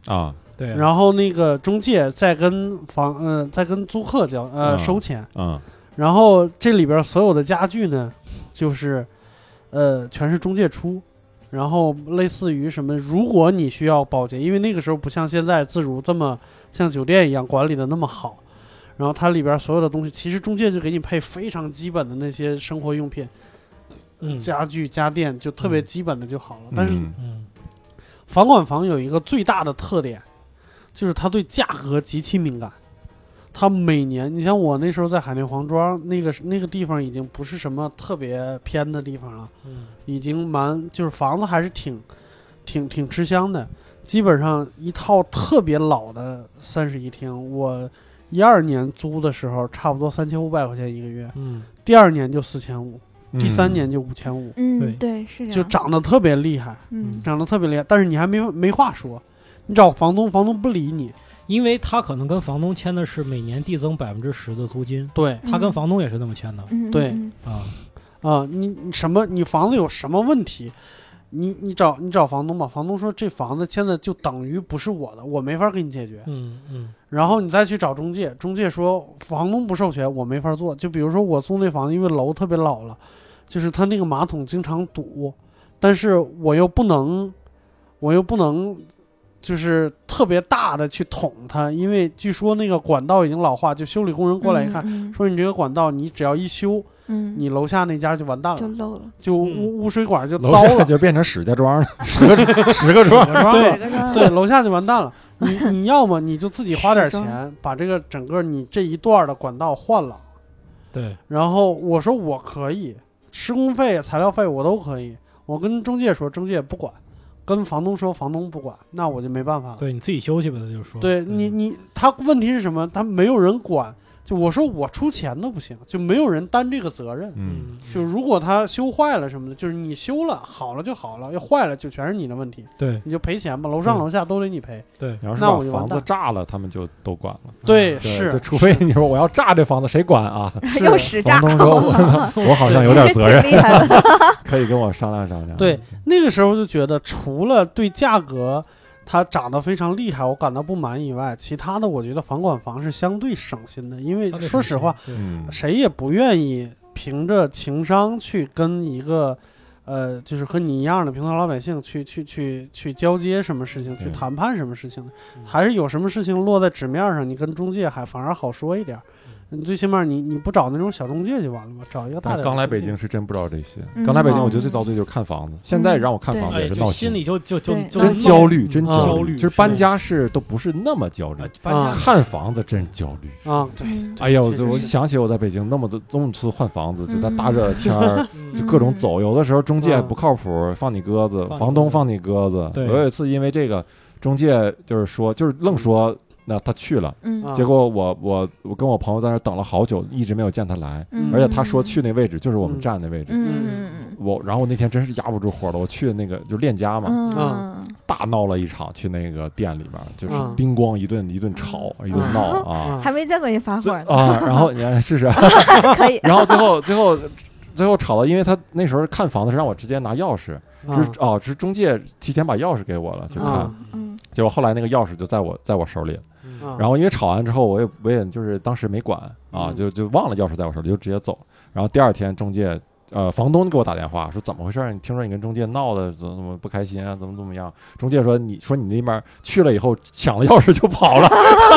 对， 然后那个中介再跟房呃再跟租客交呃、嗯、收钱， 嗯， 然后这里边所有的家具呢，就是呃全是中介出。然后类似于什么，如果你需要保洁，因为那个时候不像现在自如这么像酒店一样管理的那么好，然后它里边所有的东西，其实中介就给你配非常基本的那些生活用品，嗯，家具家电就特别基本的就好了。嗯、但是，嗯，房管房有一个最大的特点，就是它对价格极其敏感。它每年，你像我那时候在海淀黄庄那个那个地方，已经不是什么特别偏的地方了，嗯，已经蛮就是房子还是挺挺挺吃香的。基本上一套特别老的三室一厅，我一二年租的时候差不多三千五百块钱一个月，嗯，第二年就四千五，第三年就五千五， 嗯，对对是这样， 就涨得特别厉害，嗯，涨得特别厉害，但是你还没没话说，你找房东，房东不理你。 因为他可能跟房东签的是每年递增百分之十的租金， 对， 他跟房东也是那么签的， 嗯、对， 啊啊，你你什么，你房子有什么问题，你你找你找房东吧，房东说这房子现在就等于不是我的，我没法给你解决， 嗯嗯， 然后你再去找中介，中介说房东不授权，我没法做，就比如说我租那房子，因为楼特别老了，就是他那个马桶经常堵，但是我又不能，我又不能。就是特别大的去捅它，因为据说那个管道已经老化，就修理工人过来一看，嗯嗯、说你这个管道你只要一修，嗯，你楼下那家就完蛋了， 就漏了， 就污污水管就糟了， 就变成史家庄了，十个十个庄， 对对，楼下就完蛋了。你你要么你就自己花点钱把这个整个你这一段的管道换了， 对。 然后我说我可以，施工费、材料费我都可以，我跟中介说，中介不管。跟房东说，房东不管，那我就没办法了。 对，你自己休息吧，他就说。 对你，你他问题是什么？他没有人管。就我说我出钱都不行，就没有人担这个责任。 嗯， 就如果他修坏了什么的，就是你修了好了就好了，要坏了就全是你的问题。 对， 你就赔钱吧，楼上楼下都得你赔。 对， 你要是把房子炸了，他们就都管了。 对， 对是， 就除非你说我要炸这房子，谁管啊？ 又使炸。 房东说我我好像有点责任，可以跟我商量商量。 对，那个时候就觉得除了对价格。它涨得非常厉害，我感到不满以外，其他的我觉得房管房是相对省心的，因为说实话， 嗯、 谁也不愿意凭着情商去跟一个，呃，就是和你一样的平头老百姓去去去去交接什么事情，去谈判什么事情的，还是有什么事情落在纸面上，你跟中介还反而好说一点。你最起码你你不找那种小中介就完了嘛，找一个大点。 刚来北京是真不知道这些。嗯、刚来北京，我觉得最遭罪就是看房子。嗯、现在让我看房子也是闹心， 心里就就就真焦虑，真焦虑。 就是搬家是都不是那么焦虑，搬家看房子真焦虑啊！对， 哎呀，我我想起我在北京那么多那么次换房子，就在大热天儿，就各种走。有的时候中介不靠谱，放你鸽子；房东放你鸽子。我有一次因为这个，中介就是说，就是愣说。那他去了，嗯，结果我我我跟我朋友在那等了好久，一直没有见他来，嗯、而且他说去那位置就是我们站那位置， 嗯， 我然后我那天真是压不住火了，我去的那个就链家嘛，嗯，大闹了一场，去那个店里面就是叮咣一顿一顿吵，一顿闹啊， 还没见过你发火呢啊，然后你看试试， 可以， 然后最后最后最后吵到，因为他那时候看房子是让我直接拿钥匙，就是哦，是中介提前把钥匙给我了，就看，嗯，结果后来那个钥匙就在我在我手里。然后因为吵完之后，我也我也就是当时没管啊，就就忘了钥匙在我手里，就直接走。然后第二天中介呃房东给我打电话说怎么回事？你听说你跟中介闹的怎么怎么不开心啊？怎么怎么样？中介说你说你那边去了以后抢了钥匙就跑了。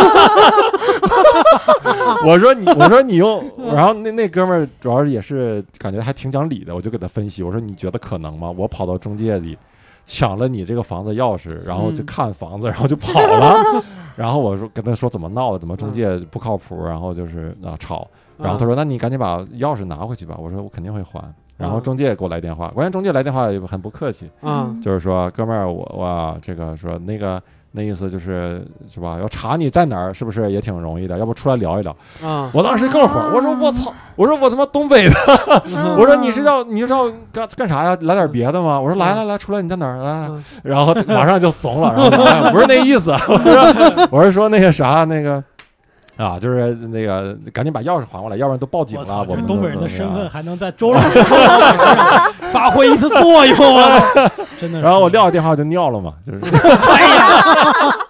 我说你我说你用，然后那那哥们儿主要是也是感觉还挺讲理的，我就给他分析，我说你觉得可能吗？我跑到中介里抢了你这个房子钥匙，然后就看房子，然后就跑了。然后我说跟他说怎么闹的，怎么中介不靠谱，然后就是啊吵，然后他说那你赶紧把钥匙拿回去吧。我说我肯定会还。然后中介给我来电话，关键中介来电话也很不客气，嗯，就是说哥们儿我我这个说那个那意思就是是吧？要查你在哪儿，是不是也挺容易的？要不出来聊一聊？啊！我当时更火，我说我操！我说我他妈东北的，我说你是要你是要干干啥呀？来点别的吗？我说来来来，出来你在哪儿？来来，然后马上就怂了，然后哎、不是那意思，我说我是说那个啥那个。啊，就是那个，赶紧把钥匙还过来，要不然都报警了。我们东北人的身份还能在周老师发挥一次作用啊！真的。 然后我撂下电话就尿了嘛，就是。 哎呀，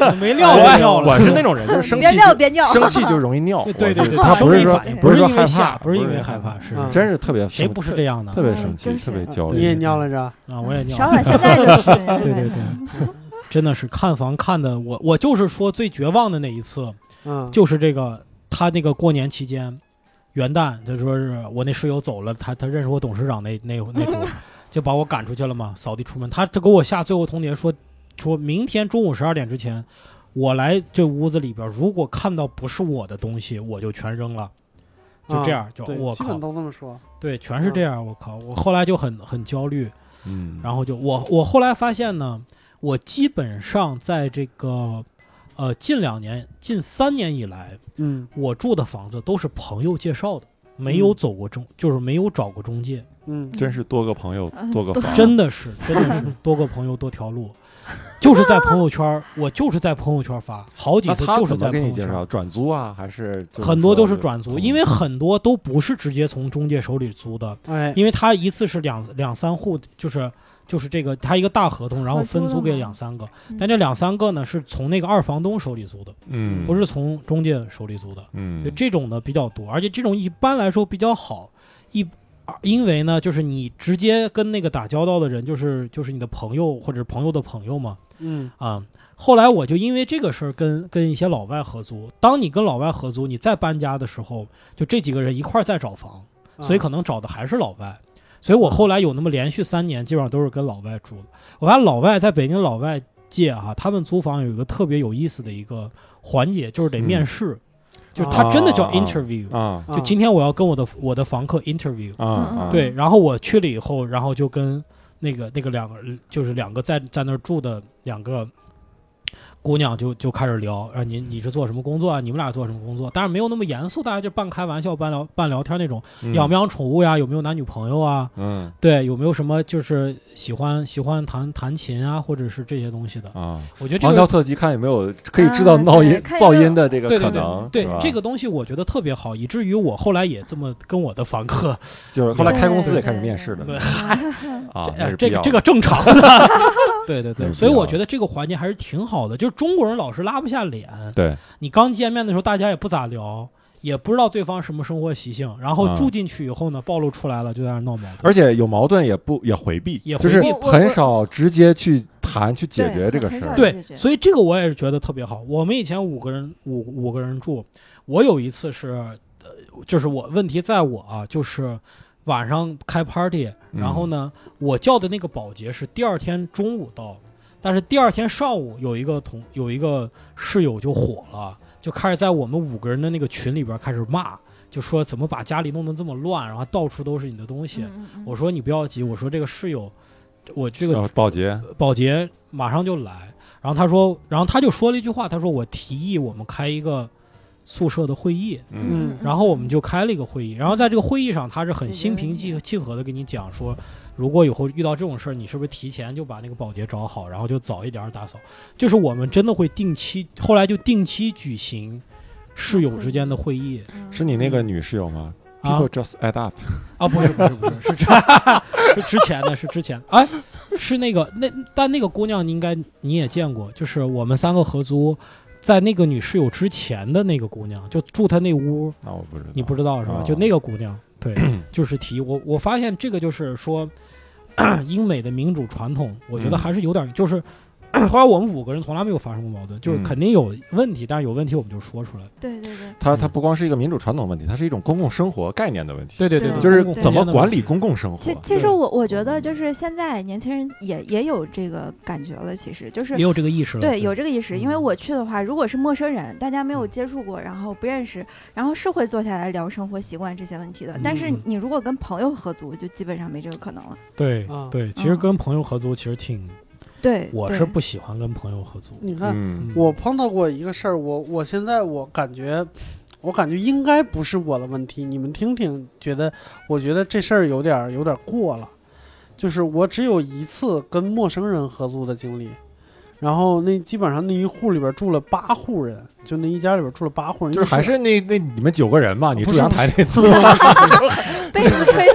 没尿我尿了。 我是那种人，就是生气别尿别尿， 生气就容易尿。 对对对， 他不是说不是说害怕， 不是因为害怕，是真是特别谁不是这样的？ 特别生气，特别焦虑。 你也尿来着啊？我也尿。 小婉现在就是， 对对对，真的是看房看的我我就是说最绝望的那一次， 嗯， 就是这个他那个过年期间。元旦，他说是我那室友走了，他他认识我董事长那那那主，就把我赶出去了嘛，扫地出门。他他给我下最后通牒说，说明天中午十二点之前，我来这屋子里边，如果看到不是我的东西，我就全扔了。就这样，就我靠， 基本都这么说。 对，全是这样。我靠，我后来就很很焦虑， 嗯， 然后就我我后来发现呢，我基本上在这个。呃，近两年、近三年以来， 嗯， 我住的房子都是朋友介绍的，没有走过中，嗯、就是没有找过中介。 嗯， 真是多个朋友多个房， 真的是，真的是多个朋友多条路，就是在朋友圈，我就是在朋友圈发，好几次就是在朋友圈转租啊，还是很多都是转租，因为很多都不是直接从中介手里租的， 哎， 因为他一次是两两三户，就是。就是这个，他一个大合同，然后分租给两三个，但这两三个呢是从那个二房东手里租的， 嗯， 不是从中介手里租的， 嗯， 就这种的比较多，而且这种一般来说比较好，一因为呢，就是你直接跟那个打交道的人，就是就是你的朋友或者朋友的朋友嘛， 嗯啊，后来我就因为这个事儿跟跟一些老外合租，当你跟老外合租，你再搬家的时候，就这几个人一块儿再找房，所以可能找的还是老外。所以我后来有那么连续三年，基本上都是跟老外住的。我发现老外在北京老外界啊，他们租房有一个特别有意思的一个环节，就是得面试，嗯、就是他真的叫 interview 啊。 就今天我要跟我的我的房客 interview 啊， 对，然后我去了以后，然后就跟那个那个两个就是两个在在那儿住的两个。姑娘就就开始聊，啊，你你是做什么工作啊？你们俩做什么工作？当然没有那么严肃，大家就半开玩笑、半聊半聊天那种。嗯、养不养宠物呀？有没有男女朋友啊？ 嗯， 对，有没有什么就是喜欢喜欢弹弹琴啊，或者是这些东西的啊？ 我觉得这个旁敲侧击看有没有可以制造噪音、啊、噪音的这个可能。 对对对，对这个东西我觉得特别好，以至于我后来也这么跟我的房客， 就是后来开公司也开始面试的。 对， 啊， 这个这个正常的。对对对，所以我觉得这个环节还是挺好的，就是中国人老是拉不下脸。 对， 你刚见面的时候，大家也不咋聊，也不知道对方什么生活习性，然后住进去以后呢，暴露出来了，就在那闹矛盾。 而且有矛盾也不也回避， 也就是很少直接去谈去解决这个事儿。 对，所以这个我也是觉得特别好。我们以前五个人五五个人住，我有一次是，呃，就是我问题在我啊，就是晚上开 party， 然后呢，嗯、我叫的那个保洁是第二天中午到。但是第二天上午有一个同有一个室友就火了，就开始在我们五个人的那个群里边开始骂，就说怎么把家里弄得这么乱，然后到处都是你的东西。 嗯嗯我说你不要急，我说这个室友，我这个保洁保洁马上就来。然后他说，然后他就说了一句话，他说我提议我们开一个宿舍的会议。 嗯， 然后我们就开了一个会议，然后在这个会议上，他是很心平气气和的跟你讲说。如果以后遇到这种事儿，你是不是提前就把那个保洁找好，然后就早一点打扫？就是我们真的会定期，后来就定期举行室友之间的会议。 是你那个女室友吗？啊 People just add up 啊，不是不是不是，是之是之前的，是之前，哎，是那个那但那个姑娘，你应该你也见过，就是我们三个合租。在那个女室友之前的那个姑娘，就住她那屋， 那我不知道， 你不知道是吧？ 哦、 就那个姑娘，对，就是提我，我发现这个就是说，英美的民主传统，我觉得还是有点，就是。后来我们五个人从来没有发生过矛盾，就是肯定有问题，嗯、但是有问题我们就说出来。 对对对， 它它不光是一个民主传统问题，它是一种公共生活概念的问题。 对对对， 就是怎么管理公共生活。 其其实我我觉得就是现在年轻人也也有这个感觉了，其实就是也有这个意识了。 对，有这个意识，因为我去的话，如果是陌生人，大家没有接触过，然后不认识，然后是会坐下来聊生活习惯这些问题的。但是你如果跟朋友合租，就基本上没这个可能了。 对对，其实跟朋友合租其实挺。 对， 我是不喜欢跟朋友合租。 你看， 嗯、 我碰到过一个事儿，我我现在我感觉，我感觉应该不是我的问题。你们听听，觉得我觉得这事儿有点有点过了。就是我只有一次跟陌生人合租的经历，然后那基本上那一户里边住了八户人，就那一家里边住了八户人， 就是还是那那你们九个人嘛，你住阳台那次， 被子吹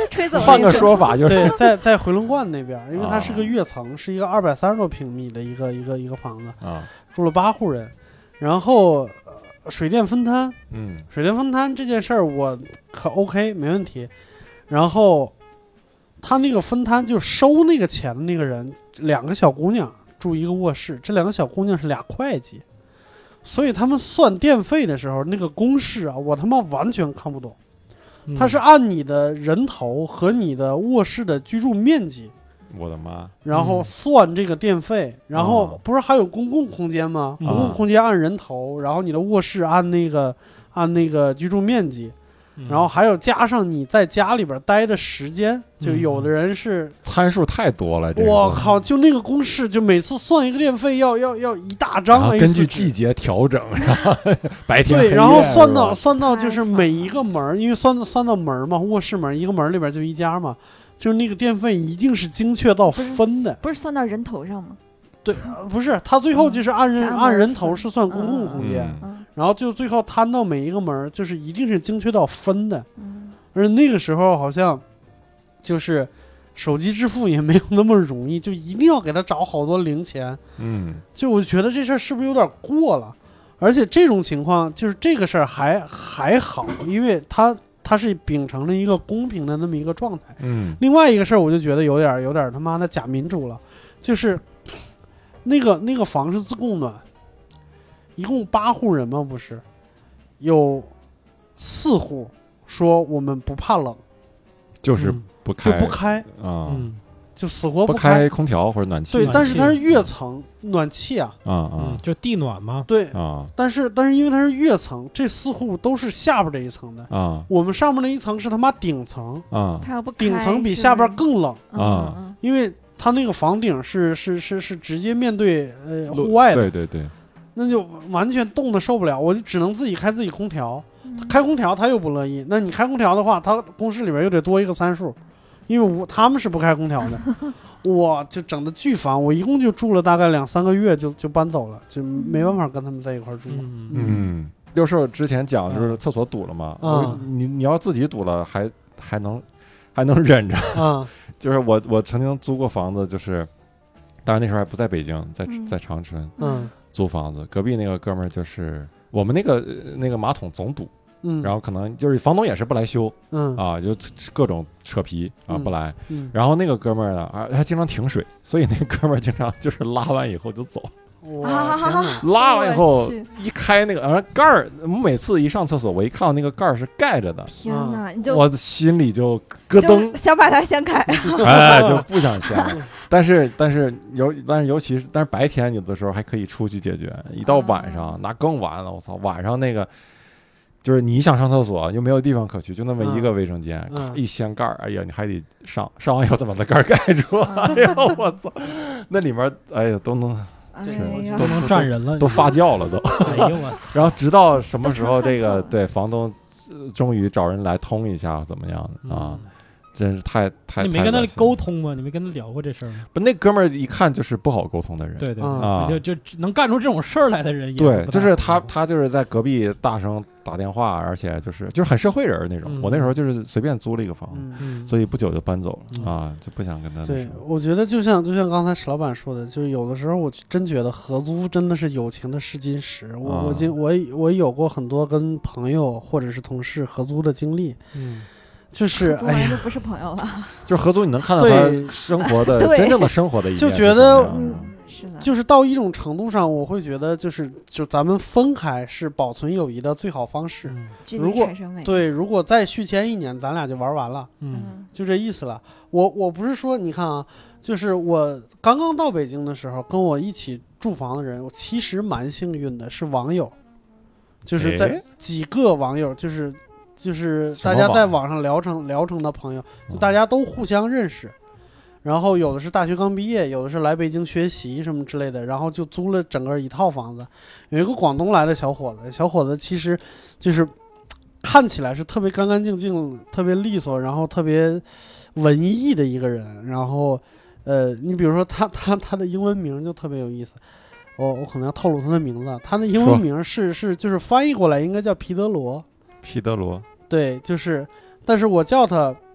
吹走了。 换个说法就是， 对，在在回龙观那边，因为它是个跃层，是一个二百三十多平米的一个一个一个房子啊，住了八户人，然后、呃、水电分摊，嗯，水电分摊这件事儿我可 OK 没问题，然后他那个分摊就收那个钱的那个人，两个小姑娘住一个卧室，这两个小姑娘是俩会计。所以他们算电费的时候，那个公式啊，我他妈完全看不懂。它是按你的人头和你的卧室的居住面积， 我的妈， 然后算这个电费。嗯、然后不是还有公共空间吗？嗯、公共空间按人头，然后你的卧室按那个按那个居住面积。然后还有加上你在家里边待的时间，就有的人是参数太多了。 我靠，就那个公式，就每次算一个电费要要要一大张， 根据季节调整，然后白天对，然后算到算到就是每一个门，因为算算到门嘛，卧室门一个门里边就一家嘛，就是那个电费一定是精确到分的， 不是算到人头上吗？ 对，不是，他最后就是按人、嗯、按人头是算公共空间。嗯嗯然后就最后摊到每一个门，就是一定是精确到分的，嗯、而那个时候好像就是手机支付也没有那么容易，就一定要给他找好多零钱，嗯，就我觉得这事儿是不是有点过了？而且这种情况就是这个事儿还还好，因为他他是秉承了一个公平的那么一个状态，嗯。另外一个事儿我就觉得有点有点他妈的假民主了，就是那个那个房是自供暖。一共八户人吗？不是，有四户说我们不怕冷， 就是不开， 就不开啊、嗯， 就死活不开， 不开空调或者暖气。 对，但是它是跃层暖气啊， 啊啊、 嗯，就地暖吗？ 对啊， 但是但是因为它是跃层，这四户都是下边这一层的啊，我们上面那一层是他妈顶层啊，它要不顶层比下边更冷啊、 嗯，因为它那个房顶是是是是直接面对呃户外的， 对对对。 那就完全冻得受不了，我就只能自己开自己空调。他开空调他又不乐意，那你开空调的话，他公司里边又得多一个参数，因为我他们是不开空调的，我就整的巨烦。我一共就住了大概两三个月就就搬走了，就没办法跟他们在一块住。 嗯，嗯六兽之前讲就是厕所堵了嘛，嗯、你你要自己堵了还还能还能忍着。 嗯， 就是我我曾经租过房子，就是当然那时候还不在北京，在在长春。 嗯。 租房子，隔壁那个哥们儿就是我们那个那个马桶总堵，嗯，然后可能就是房东也是不来修，嗯啊，就各种扯皮啊不来，嗯，然后那个哥们儿呢，啊，他经常停水，所以那个哥们儿经常就是拉完以后就走， 哇， 拉完以后一开那个啊盖儿，我每次一上厕所，我一看到那个盖儿是盖着的， 天哪，你就我心里就咯噔， 想把它掀开， 哎，就不想掀。但是但是尤但是尤其是但是白天有的时候还可以出去解决，一到晚上、啊、那更完了，我操！晚上那个就是你想上厕所又没有地方可去，就那么一个卫生间，嗯、一掀盖儿，哎呀，你还得上，上完以后再把那盖儿盖住，哎呀，我操！那里面哎呀都能。 是都能站人了， 都发酵了都。 哎呦我操！ 然后直到什么时候这个对房东、呃、终于找人来通一下怎么样的啊？嗯真是太太…… 你没跟他沟通吗？你没跟他聊过这事儿吗？ 不，那哥们儿一看就是不好沟通的人。 对对啊， 就就能干出这种事儿来的人也。 对，就是他，他就是在隔壁大声打电话，而且就是就是很社会人那种。嗯、我那时候就是随便租了一个房，嗯、所以不久就搬走了、嗯、啊，就不想跟他。 对，我觉得就像就像刚才史老板说的，就是有的时候我真觉得合租真的是友情的试金石。我、啊、我经我我有过很多跟朋友或者是同事合租的经历。嗯。就是哎呀，就不是朋友了。 就是合租，你能看到他生活的真正的生活的一面。 就觉得， 嗯，是的， 就是到一种程度上，我会觉得，就是就咱们分开是保存友谊的最好方式。 嗯、 如果对，如果再续签一年，咱俩就玩完了。嗯，就这意思了。我我不是说，你看啊，就是我刚刚到北京的时候，跟我一起住房的人，我其实蛮幸运的，是网友，就是在几个网友，就是。就是大家在网上聊成聊成的朋友，就大家都互相认识，然后有的是大学刚毕业，有的是来北京学习什么之类的，然后就租了整个一套房子。有一个广东来的小伙子，小伙子其实就是看起来是特别干干净净、特别利索，然后特别文艺的一个人。然后，呃，你比如说他他他的英文名就特别有意思，我我可能要透露他的名字，他的英文名是是就是翻译过来应该叫皮德罗。 皮德罗， 对，就是，但是我叫他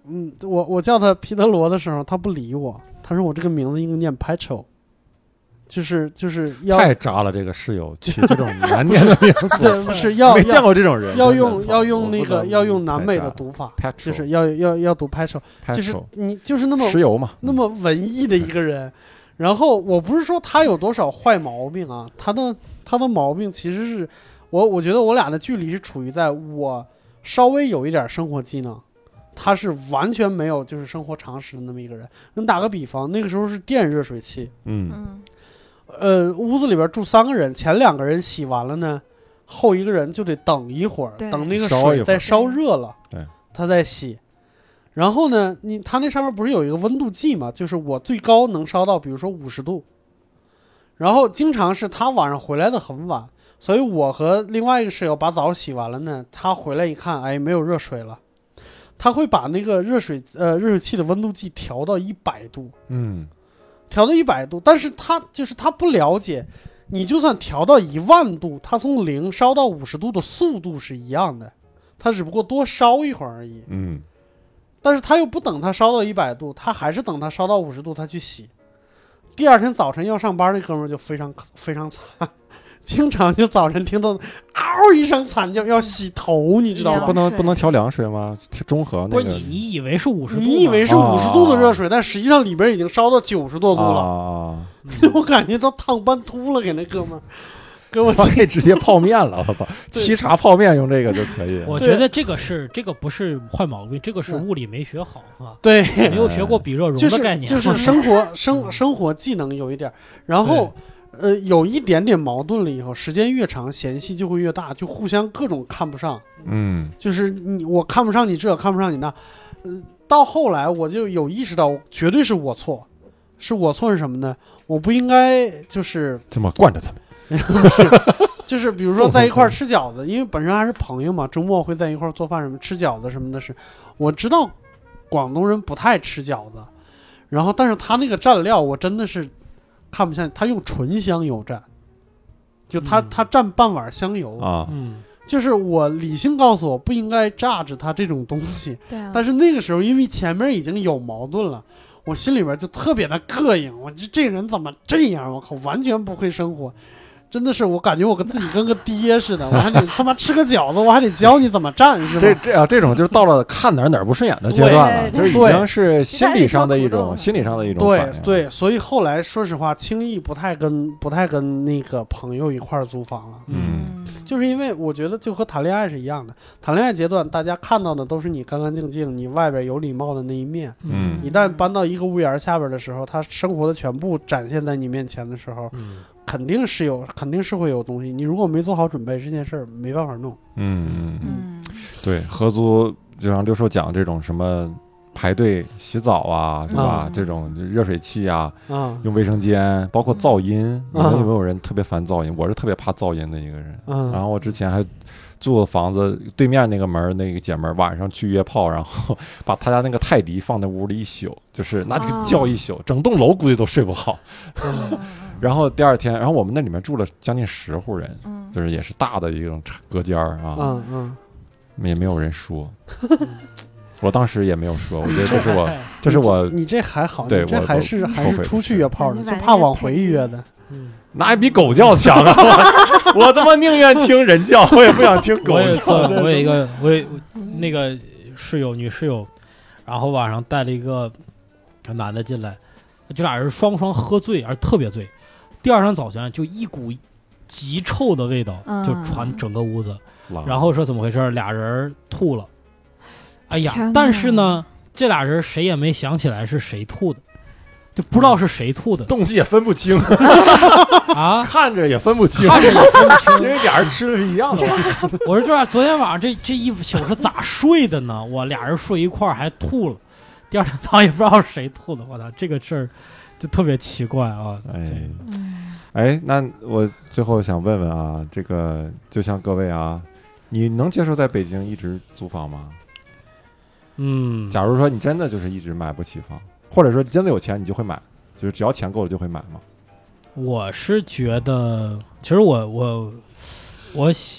嗯，我我叫他皮特罗的时候，他不理我，他说我这个名字应该念 Petro。就是就是要太渣了，这个室友取这种难念的名字， 对，是要没见过这种人， 要用要用那个要用南美的读法，就是要要要读 Petro， 就是你就是那么石油嘛， 那么文艺的一个人。然后我不是说他有多少坏毛病啊，他的他的毛病其实是我我觉得我俩的距离是处于在我稍微有一点生活技能，他是完全没有就是生活常识的那么一个人。能打个比方，那个时候是电热水器，嗯嗯。呃，屋子里边住三个人，前两个人洗完了呢，后一个人就得等一会儿，等那个水再烧热了， 对， 他再洗。然后呢，你他那上面不是有一个温度计吗？就是我最高能烧到，比如说五十度。然后经常是他晚上回来的很晚，所以我和另外一个室友把澡洗完了呢，他回来一看，哎，没有热水了，他会把那个热水呃热水器的温度计调到一百度，嗯。调到一百度，但是他就是他不了解，你就算调到一万度，它从零烧到五十度的速度是一样的，它只不过多烧一会儿而已。嗯，但是他又不等它烧到一百度，他还是等它烧到五十度，他去洗。第二天早晨要上班，那哥们儿就非常非常惨。经常就早晨听到嗷一声惨叫，要洗头，你知道吗？ 不能不能调凉水吗？中和那个。 不是你你以为是五十度？ 你以为是五十度的热水，啊、但实际上里边已经烧到九十多度了。啊、我感觉都烫半秃了，给那哥们儿，给我这直接泡面了，我操！沏茶泡面用这个就可以。 我觉得这个是这个不是坏毛病，这个是物理没学好啊。 对， 没有学过比热容的概念， 就是、就是生活生生活技能有一点，然后。呃，有一点点矛盾了以后，时间越长，嫌隙就会越大，就互相各种看不上。嗯，就是你我看不上你这，看不上你那。呃，到后来我就有意识到，绝对是我错，是我错是什么呢？我不应该就是这么惯着他们。 就是比如说在一块吃饺子，因为本身还是朋友嘛，周末会在一块做饭什么吃饺子什么的是。我知道广东人不太吃饺子，然后但是他那个蘸料我真的是。看不下，他用纯香油蘸，就他、嗯、他蘸半碗香油啊，嗯，就是我理性告诉我不应该榨着他这种东西， 对啊， 但是那个时候因为前面已经有矛盾了，我心里边就特别的膈应，我这这人怎么这样？我靠，完全不会生活。真的是，我感觉我跟自己跟个爹似的，我还得他妈吃个饺子，我还得教你怎么蘸，是吧？ 这这啊，这种就是到了看哪儿哪儿不顺眼的阶段了，就是已经是心理上的一种心理上的一种反应。 对对，所以后来说实话，轻易不太跟不太跟那个朋友一块儿租房了。嗯，就是因为我觉得就和谈恋爱是一样的，谈恋爱阶段大家看到的都是你干干净净、你外边有礼貌的那一面。嗯，一旦搬到一个屋檐下边的时候，他生活的全部展现在你面前的时候。嗯，肯定是有，肯定是会有东西。你如果没做好准备，这件事儿没办法弄。 嗯嗯，对，合租就像六兽讲这种什么排队洗澡啊，是吧？嗯、这种热水器啊，嗯、用卫生间，包括噪音，嗯、你们有没有人特别烦噪音？我是特别怕噪音的一个人。嗯、然后我之前还住的房子对面那个门，那个姐们儿晚上去约炮，然后把他家那个泰迪放在屋里一宿，就是拿这个叫一宿，整栋楼估计都睡不好。嗯然后第二天，然后我们那里面住了将近十户人，嗯、就是也是大的一种隔间啊，嗯嗯，也没有人说，我当时也没有说，我觉得这是我，这是我， 你这还好，对，你这还是还是出去约炮的，就怕往回约的， 嗯，那还比狗叫强啊！我他妈宁愿听人叫，我也不想听狗叫。 我有一个，我有那个室友，女室友，然后晚上带了一个男的进来，就俩人双双喝醉，而特别醉。第二天早晨就一股极臭的味道就传整个屋子，嗯、然后说怎么回事？俩人吐了。哎呀，但是呢，这俩人谁也没想起来是谁吐的，就不知道是谁吐的， 嗯、动机也分不清啊， 看着也分不清， 看着也分不清， 因为俩人吃的是一样的。 我说这样，昨天晚上这这一宿是咋睡的呢？我俩人睡一块儿还吐了，第二天早上也不知道是谁吐的。我操，这个事儿就特别奇怪啊！ 哎。哎，那我最后想问问啊，这个就像各位啊，你能接受在北京一直租房吗？ 嗯， 假如说你真的就是一直买不起房，或者说真的有钱，你就会买，就是只要钱够了就会买吗？ 我是觉得，其实我我我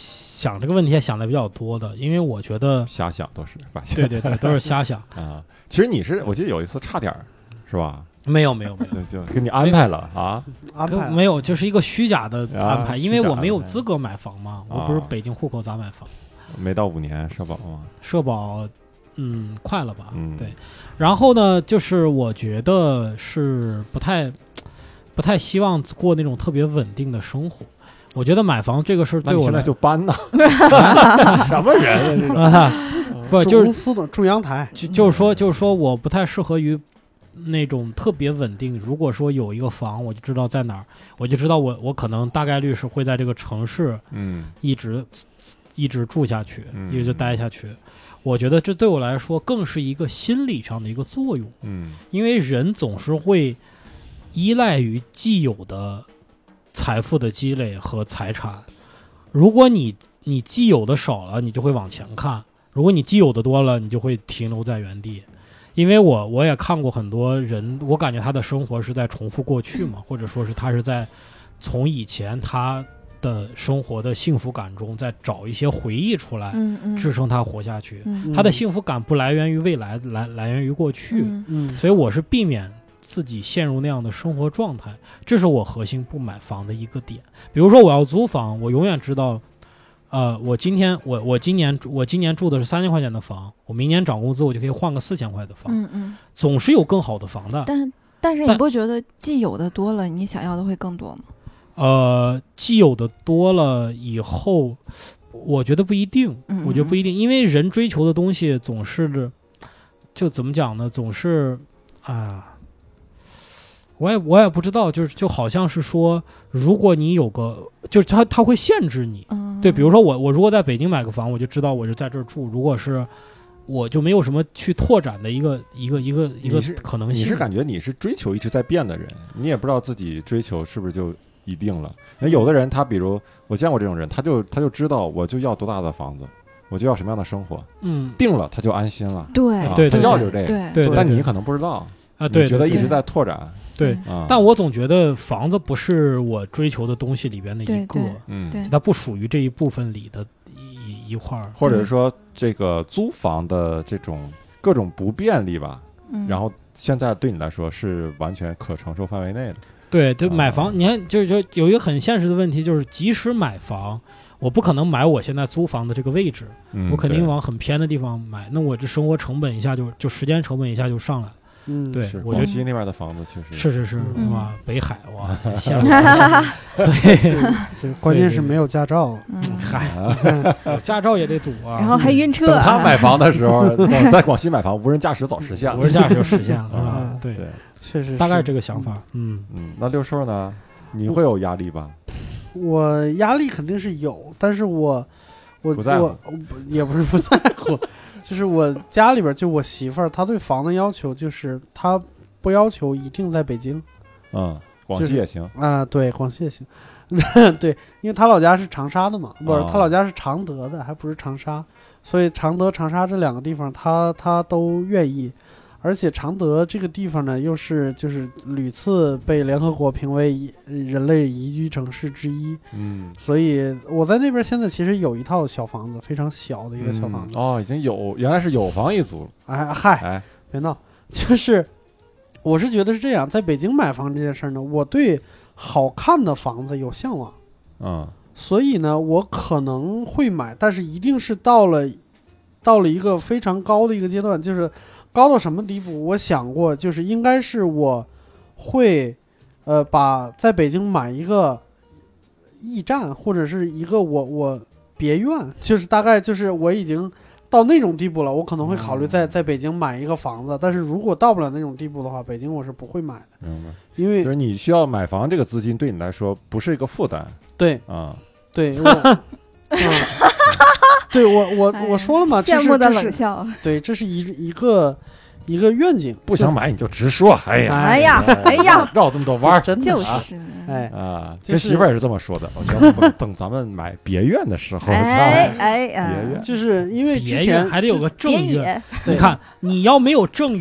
想这个问题想的比较多的，因为我觉得瞎想都是， 对对对，都是瞎想啊。其实你是，我记得有一次差点是吧？ 没有没有没有，就就给你安排了啊， 安排没有，就是一个虚假的安排， 啊、 因为我没有资格买房嘛，我不是北京户口咋买房？ 没到五年社保吗？ 社保，嗯，快了吧？ 嗯， 对。然后呢，就是我觉得是不太不太希望过那种特别稳定的生活。我觉得买房这个事儿对我来现在就搬呐，什么人啊？不就是公司的住阳台， 就就是说就是说我不太适合于那种特别稳定。如果说有一个房，我就知道在哪儿，我就知道我我可能大概率是会在这个城市， 嗯， 一直一直住下去， 嗯、 一直待下去。我觉得这对我来说更是一个心理上的一个作用， 嗯， 因为人总是会依赖于既有的财富的积累和财产。如果你你既有的少了，你就会往前看；如果你既有的多了，你就会停留在原地。因为我我也看过很多人，我感觉他的生活是在重复过去嘛，或者说是他是在从以前他的生活的幸福感中再找一些回忆出来， 嗯嗯、 支撑他活下去。 嗯、 他的幸福感不来源于未来，来来源于过去。 嗯嗯， 所以我是避免自己陷入那样的生活状态，这是我核心不买房的一个点。比如说我要租房，我永远知道，呃，我今天我我今年我今年住的是三千块钱的房，我明年涨工资我就可以换个四千块的房， 嗯嗯， 总是有更好的房的。 但但是你不觉得既有的多了，你想要的会更多吗？ 呃，既有的多了以后，我觉得不一定， 嗯嗯我觉得不一定，因为人追求的东西总是，就怎么讲呢？总是啊。我也我也不知道，就是就好像是说，如果你有个，就是他他会限制你， 嗯、 对，比如说我我如果在北京买个房，我就知道我是在这儿住，如果是我就没有什么去拓展的一个一个一个一个可能性。 你是感觉你是追求一直在变的人，你也不知道自己追求是不是就一定了。那有的人他比如我见过这种人，他就他就知道我就要多大的房子，我就要什么样的生活， 嗯， 定了他就安心了， 对、 啊、 对， 他要就是这个， 对对， 但你可能不知道。 啊，对， 你觉得一直在拓展， 对， 嗯、 但我总觉得房子不是我追求的东西里边的一个， 嗯， 它不属于这一部分里的一一块儿， 或者是说这个租房的这种各种不便利吧， 嗯、 然后现在对你来说是完全可承受范围内的。 对，就买房，啊、你看，就是说有一个很现实的问题，就是即使买房，我不可能买我现在租房的这个位置， 嗯、 我肯定往很偏的地方买，那我这生活成本一下就就时间成本一下就上来了。 嗯， 对， 是我觉得广西那边的房子确实是是是， 嗯、 是吧？北海哇，羡慕，所以关键是没有驾照， 嗯、 嗨，有驾照也得堵啊， 然后还晕车。 等他买房的时候，在广西买房，无人驾驶早实现了， 无人驾驶就实现了，是吧？对对， 确实大概这个想法。嗯嗯，那六兽呢？你会有压力吧？ 我压力肯定是有，但是我我我也不是不在乎。就是我家里边，就我媳妇儿，她对房的要求就是她不要求一定在北京， 嗯，广西也行啊、就是呃，对，广西也行，对，因为她老家是长沙的嘛，不是，她老家是常德的，还不是长沙，所以常德、长沙这两个地方，她她都愿意，而且常德这个地方呢，又是就是屡次被联合国评为人类宜居城市之一。 嗯， 所以我在那边现在其实有一套小房子，非常小的一个小房子。 嗯、哦，已经有，原来是有房一族。 哎嗨， 哎， 别闹，就是我是觉得是这样，在北京买房这件事呢，我对好看的房子有向往。 嗯， 所以呢，我可能会买，但是一定是到了到了一个非常高的一个阶段，就是。高到什么地步？我想过，就是应该是我会，呃，把在北京买一个驿站，或者是一个我我别院，就是大概就是我已经到那种地步了，我可能会考虑在在北京买一个房子。但是如果到不了那种地步的话，北京我是不会买的。 明白？ 因为就是你需要买房这个资金对你来说不是一个负担。 对啊， 对，我嗯。对我我我说了嘛， 羡慕的冷笑。 对，这是一一个一个愿景。 不想买你就直说。哎呀， 哎呀，哎呀， 绕这么多弯， 真的就是哎啊，跟媳妇儿也是这么说的。我等咱们买别院的时候， 哎哎别院就是因为之前还得有个正院。 你看，你要没有正院，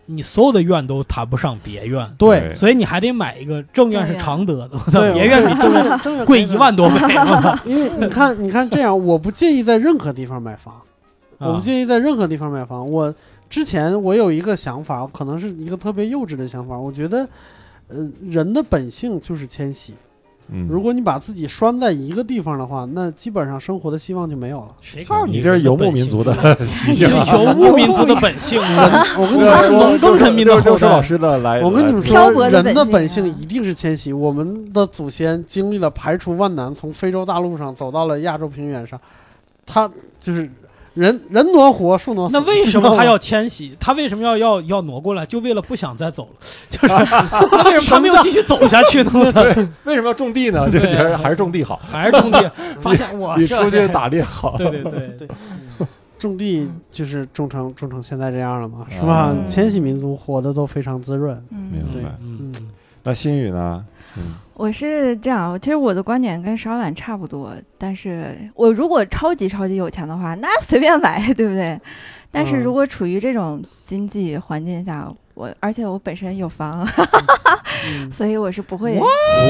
你所有的院都谈不上别院， 对， 所以你还得买一个正院是常德的， 对， 别院比正院正院贵一万多倍。 因为你看，你看这样，我不介意在任何地方买房， 啊、 我不介意在任何地方买房。我之前我有一个想法，可能是一个特别幼稚的想法，我觉得，呃，人的本性就是迁徙。 嗯， 如果你把自己拴在一个地方的话，那基本上生活的希望就没有了。 谁告诉你这是游牧民族的习性？ 游牧民族的本性。 我跟你们说， 农耕人民的后代。 老师的来， 我跟你们说，人的本性一定是迁徙。我们的祖先经历了排除万难，从非洲大陆上走到了亚洲平原上，他就是人人挪活，树挪死。 那为什么他要迁徙？他为什么要要要挪过来？就为了不想再走了？就是那为什么他没有继续走下去呢？ 为什么要种地呢？就觉得还是种地好， 还是种地。发现我比出去打猎好。 对对对对，种地就是种成种成现在这样了嘛，是吧？迁徙民族活得都非常滋润。 明白。 嗯， 那新宇呢？嗯。 我是这样，其实我的观点跟邵婉差不多，但是我如果超级超级有钱的话，那随便买，对不对？但是如果处于这种经济环境下，我而且我本身有房，嗯、所以我是不会，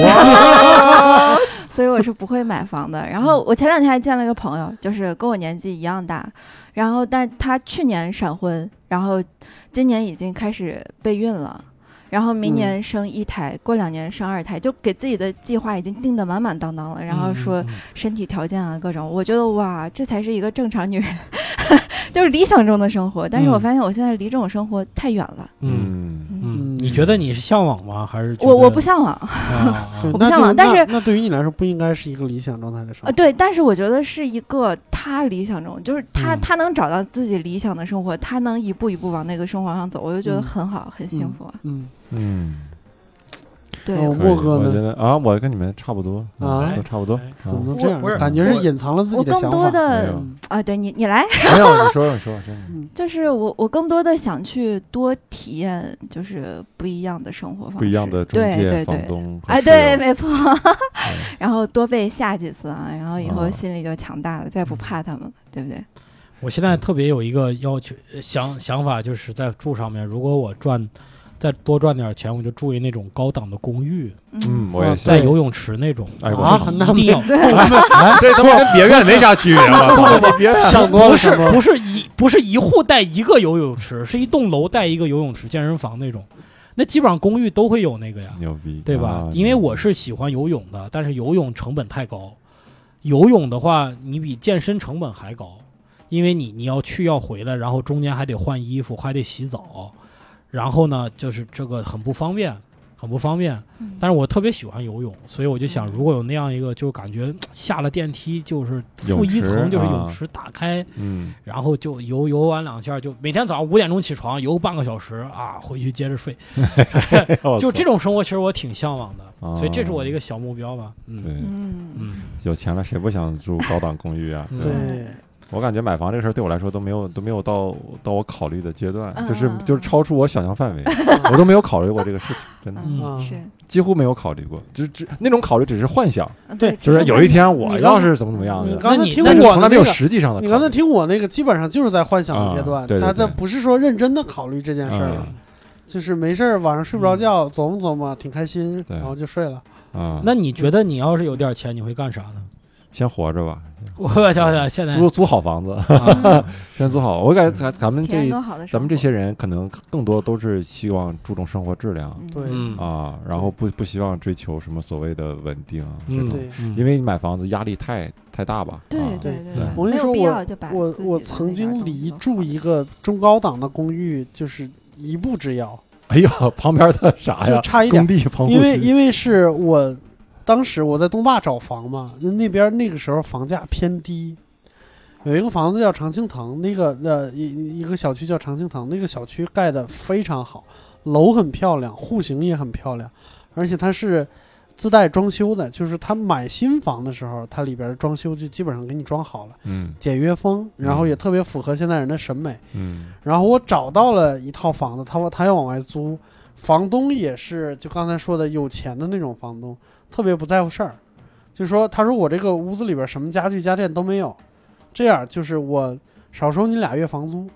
所以我是不会买房的。然后我前两天还见了一个朋友，就是跟我年纪一样大，然后但是他去年闪婚，然后今年已经开始备孕了。然后明年生一胎、嗯、过两年生二胎，就给自己的计划已经定得满满当当了。然后说身体条件啊各种，我觉得哇，这才是一个正常女人，就是理想中的生活。但是我发现我现在离这种生活太远了。 嗯嗯，你觉得你是向往吗？还是我我不向往， 啊、 我不向往。但是那对于你来说，不应该是一个理想状态的生活。 呃，对，但是我觉得是一个他理想中，就是他、嗯、他能找到自己理想的生活，他能一步一步往那个生活上走，我就觉得很好，嗯、很幸福。 嗯。 嗯， 对， 莫哥呢？ 我觉得啊，我跟你们差不多啊，都差不多。 怎么能这样？感觉是隐藏了自己的想法。 我更多的啊，对你，你来。 没有，你说，你说，真的。 就是我，我更多的想去多体验，就是不一样的生活方式， 不一样的中介、房东。 哎，对，没错。然后多被吓几次啊，然后以后心里就强大了，再不怕他们了，对不对？ 我现在特别有一个要求想想法，就是在住上面，如果我赚。再多赚点钱，我就住一那种高档的公寓。 嗯，我也在游泳池那种。 哎， 啊， 一定要。 这他妈跟别院没啥区别啊！你别想多了。 不是不是一不是一户带一个游泳池，是一栋楼带一个游泳池、健身房那种。那基本上公寓都会有那个呀， 牛逼， 对吧？因为我是喜欢游泳的，但是游泳成本太高。游泳的话，你比健身成本还高，因为你你要去要回来，然后中间还得换衣服，还得洗澡。然后呢，就是这个很不方便，很不方便。但是我特别喜欢游泳，所以我就想，如果有那样一个，就感觉下了电梯就是负一层就是泳池打开， 嗯， 然后就游游完两下，就每天早上五点钟起床游半个小时啊，回去接着睡。就这种生活，其实我挺向往的，所以这是我的一个小目标吧。嗯， 对， 嗯嗯， 有钱了谁不想住高档公寓啊？ 对。 我感觉买房这个事儿对我来说都没有都没有到到我考虑的阶段， 嗯、 就是就是超出我想象范围，我都没有考虑过这个事情，真的， 嗯、是几乎没有考虑过，只只那种考虑只是幻想， 对， 就是有一天我要是怎么怎么样的， 你刚才听我从来没有实际上的， 你刚才听我那个基本上就是在幻想的阶段， 啊、对对对他他不是说认真的考虑这件事儿了。 嗯就是没事儿，晚上睡不着觉，琢磨琢磨，挺开心，然后就睡了。 啊， 那你觉得你要是有点钱，你会干啥呢？ 先活着吧。 我瞧瞧，现在租租好房子， 啊、 先租好。我感觉咱咱们这咱们这些人可能更多都是希望注重生活质量， 对、 嗯、 啊，然后不不希望追求什么所谓的稳定， 嗯， 对， 因为你买房子压力太太大吧。 对对对， 我跟你说，我我我曾经离住一个中高档的公寓就是一步之遥。 哎呀，旁边的啥呀？ 就差一点， 工地棚户区。 因为因为是我当时我在东坝找房嘛，那边那个时候房价偏低，有一个房子叫长青藤，那个呃一一个小区叫长青藤，那个小区盖的非常好，楼很漂亮，户型也很漂亮，而且它是自带装修的，就是他买新房的时候，它里边装修就基本上给你装好了， 嗯， 简约风，然后也特别符合现代人的审美， 嗯， 然后我找到了一套房子，他他要往外租，房东也是就刚才说的有钱的那种房东，特别不在乎事儿，就说他说我这个屋子里边什么家具家电都没有，这样就是我少收你俩月房租，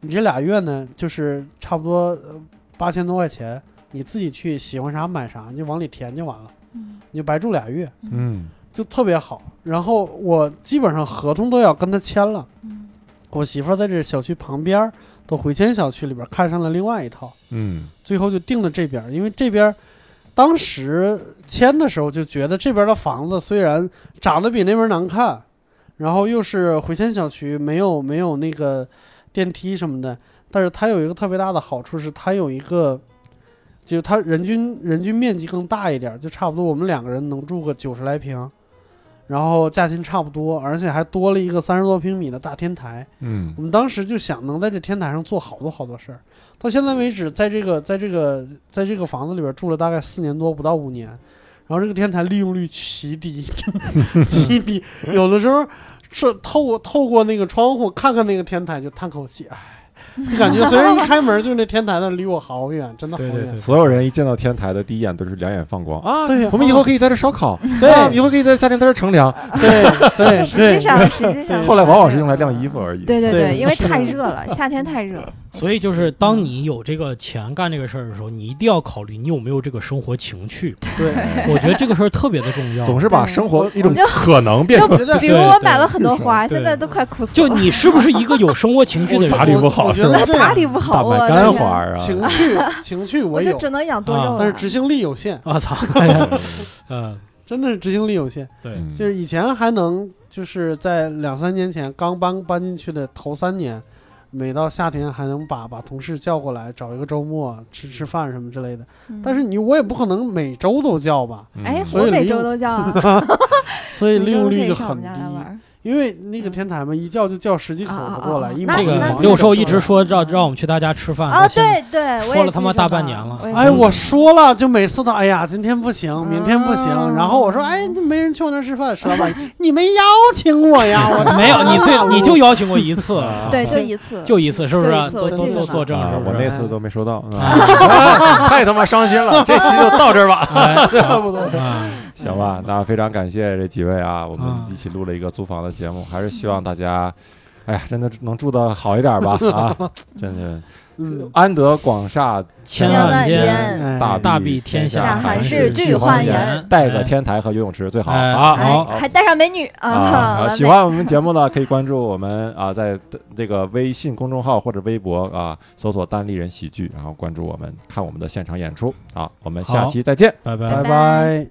你这俩月呢，就是差不多八千多块钱，你自己去喜欢啥买啥，你就往里填就完了，嗯，你就白住俩月， 嗯， 就特别好。然后我基本上合同都要跟他签了，嗯，我媳妇在这小区旁边都回迁小区里边看上了另外一套， 嗯， 最后就定了这边，因为这边当时签的时候就觉得这边的房子虽然长得比那边难看，然后又是回迁小区，没有没有那个电梯什么的，但是它有一个特别大的好处是它有一个，就它人均人均面积更大一点，就差不多我们两个人能住个九十来平，然后价钱差不多，而且还多了一个三十多平米的大天台。嗯，我们当时就想能在这天台上做好多好多事儿。到现在为止，在这个在这个在这个房子里边住了大概四年多，不到五年，然后这个天台利用率奇低，真的奇低。有的时候是透过透过那个窗户看看那个天台，就叹口气，哎。就感觉虽然一开门就是那天台的离我好远，真的好远。对对对， 所有人一见到天台的第一眼都是两眼放光啊！ 对， 我们以后可以在这烧烤， 对、啊， 以后可以在夏天在这乘凉。 对对， 实际上实际上， 后来往往是用来晾衣服而已。 对对对，因为太热了，夏天太热。 所以就是当你有这个钱干这个事儿的时候，你一定要考虑你有没有这个生活情趣。 对， 我觉得这个事儿特别的重要。 总是把生活一种可能变成， 比如我买了很多花，现在都快枯死了。 就你是不是一个有生活情趣的人？ 打理不好， 我觉得打理不好，我干花啊， 情趣情趣我有， 我就只能养多肉， 但是执行力有限。 我操，嗯， 真的是执行力有限。 对， 就是以前还能，就是在两三年前刚搬搬进去的头三年。每到夏天还能把把同事叫过来，找一个周末吃吃饭什么之类的。嗯、但是你我也不可能每周都叫吧？ 哎、嗯，我每周都叫啊， 所以利用率就很低。因为那个天台嘛，一叫就叫十几口子过来。一这个六兽一直说让让我们去他家吃饭啊，对对， 说了他妈大半年了。 哎，我说了，就每次都哎呀，今天不行，明天不行。然后我说，哎，没人去我那吃饭，石老板，你没邀请我呀？我没有，你最你就邀请过一次， 对，就一次， 就一次，是不是？都都都作证， 我那次都没收到，太他妈伤心了。这期就到这儿吧，差不多。行吧，那非常感谢这几位啊，我们一起录了一个租房的节目，还是希望大家，哎呀，真的能住得好一点吧啊，真的，嗯，安得广厦千万间， 大大庇天下寒士俱欢颜， 带个天台和游泳池最好啊， 好， 还带上美女啊！ 喜欢我们节目呢，可以关注我们啊，在这个微信公众号或者微博啊，搜索单立人喜剧，然后关注我们，看我们的现场演出啊，我们下期再见， 拜拜拜拜。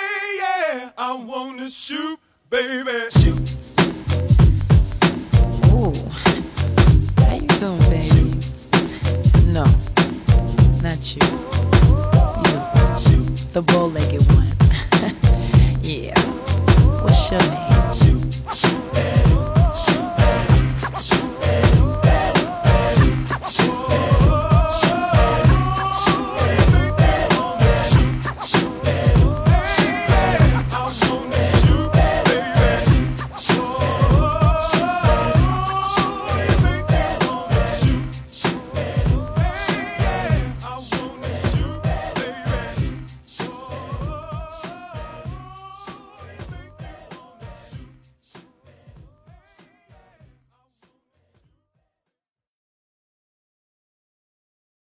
I wanna shoot, baby, shoot. Ooh, how you doing, baby? No, not you. You, the bow-legged one. Yeah. What's your name?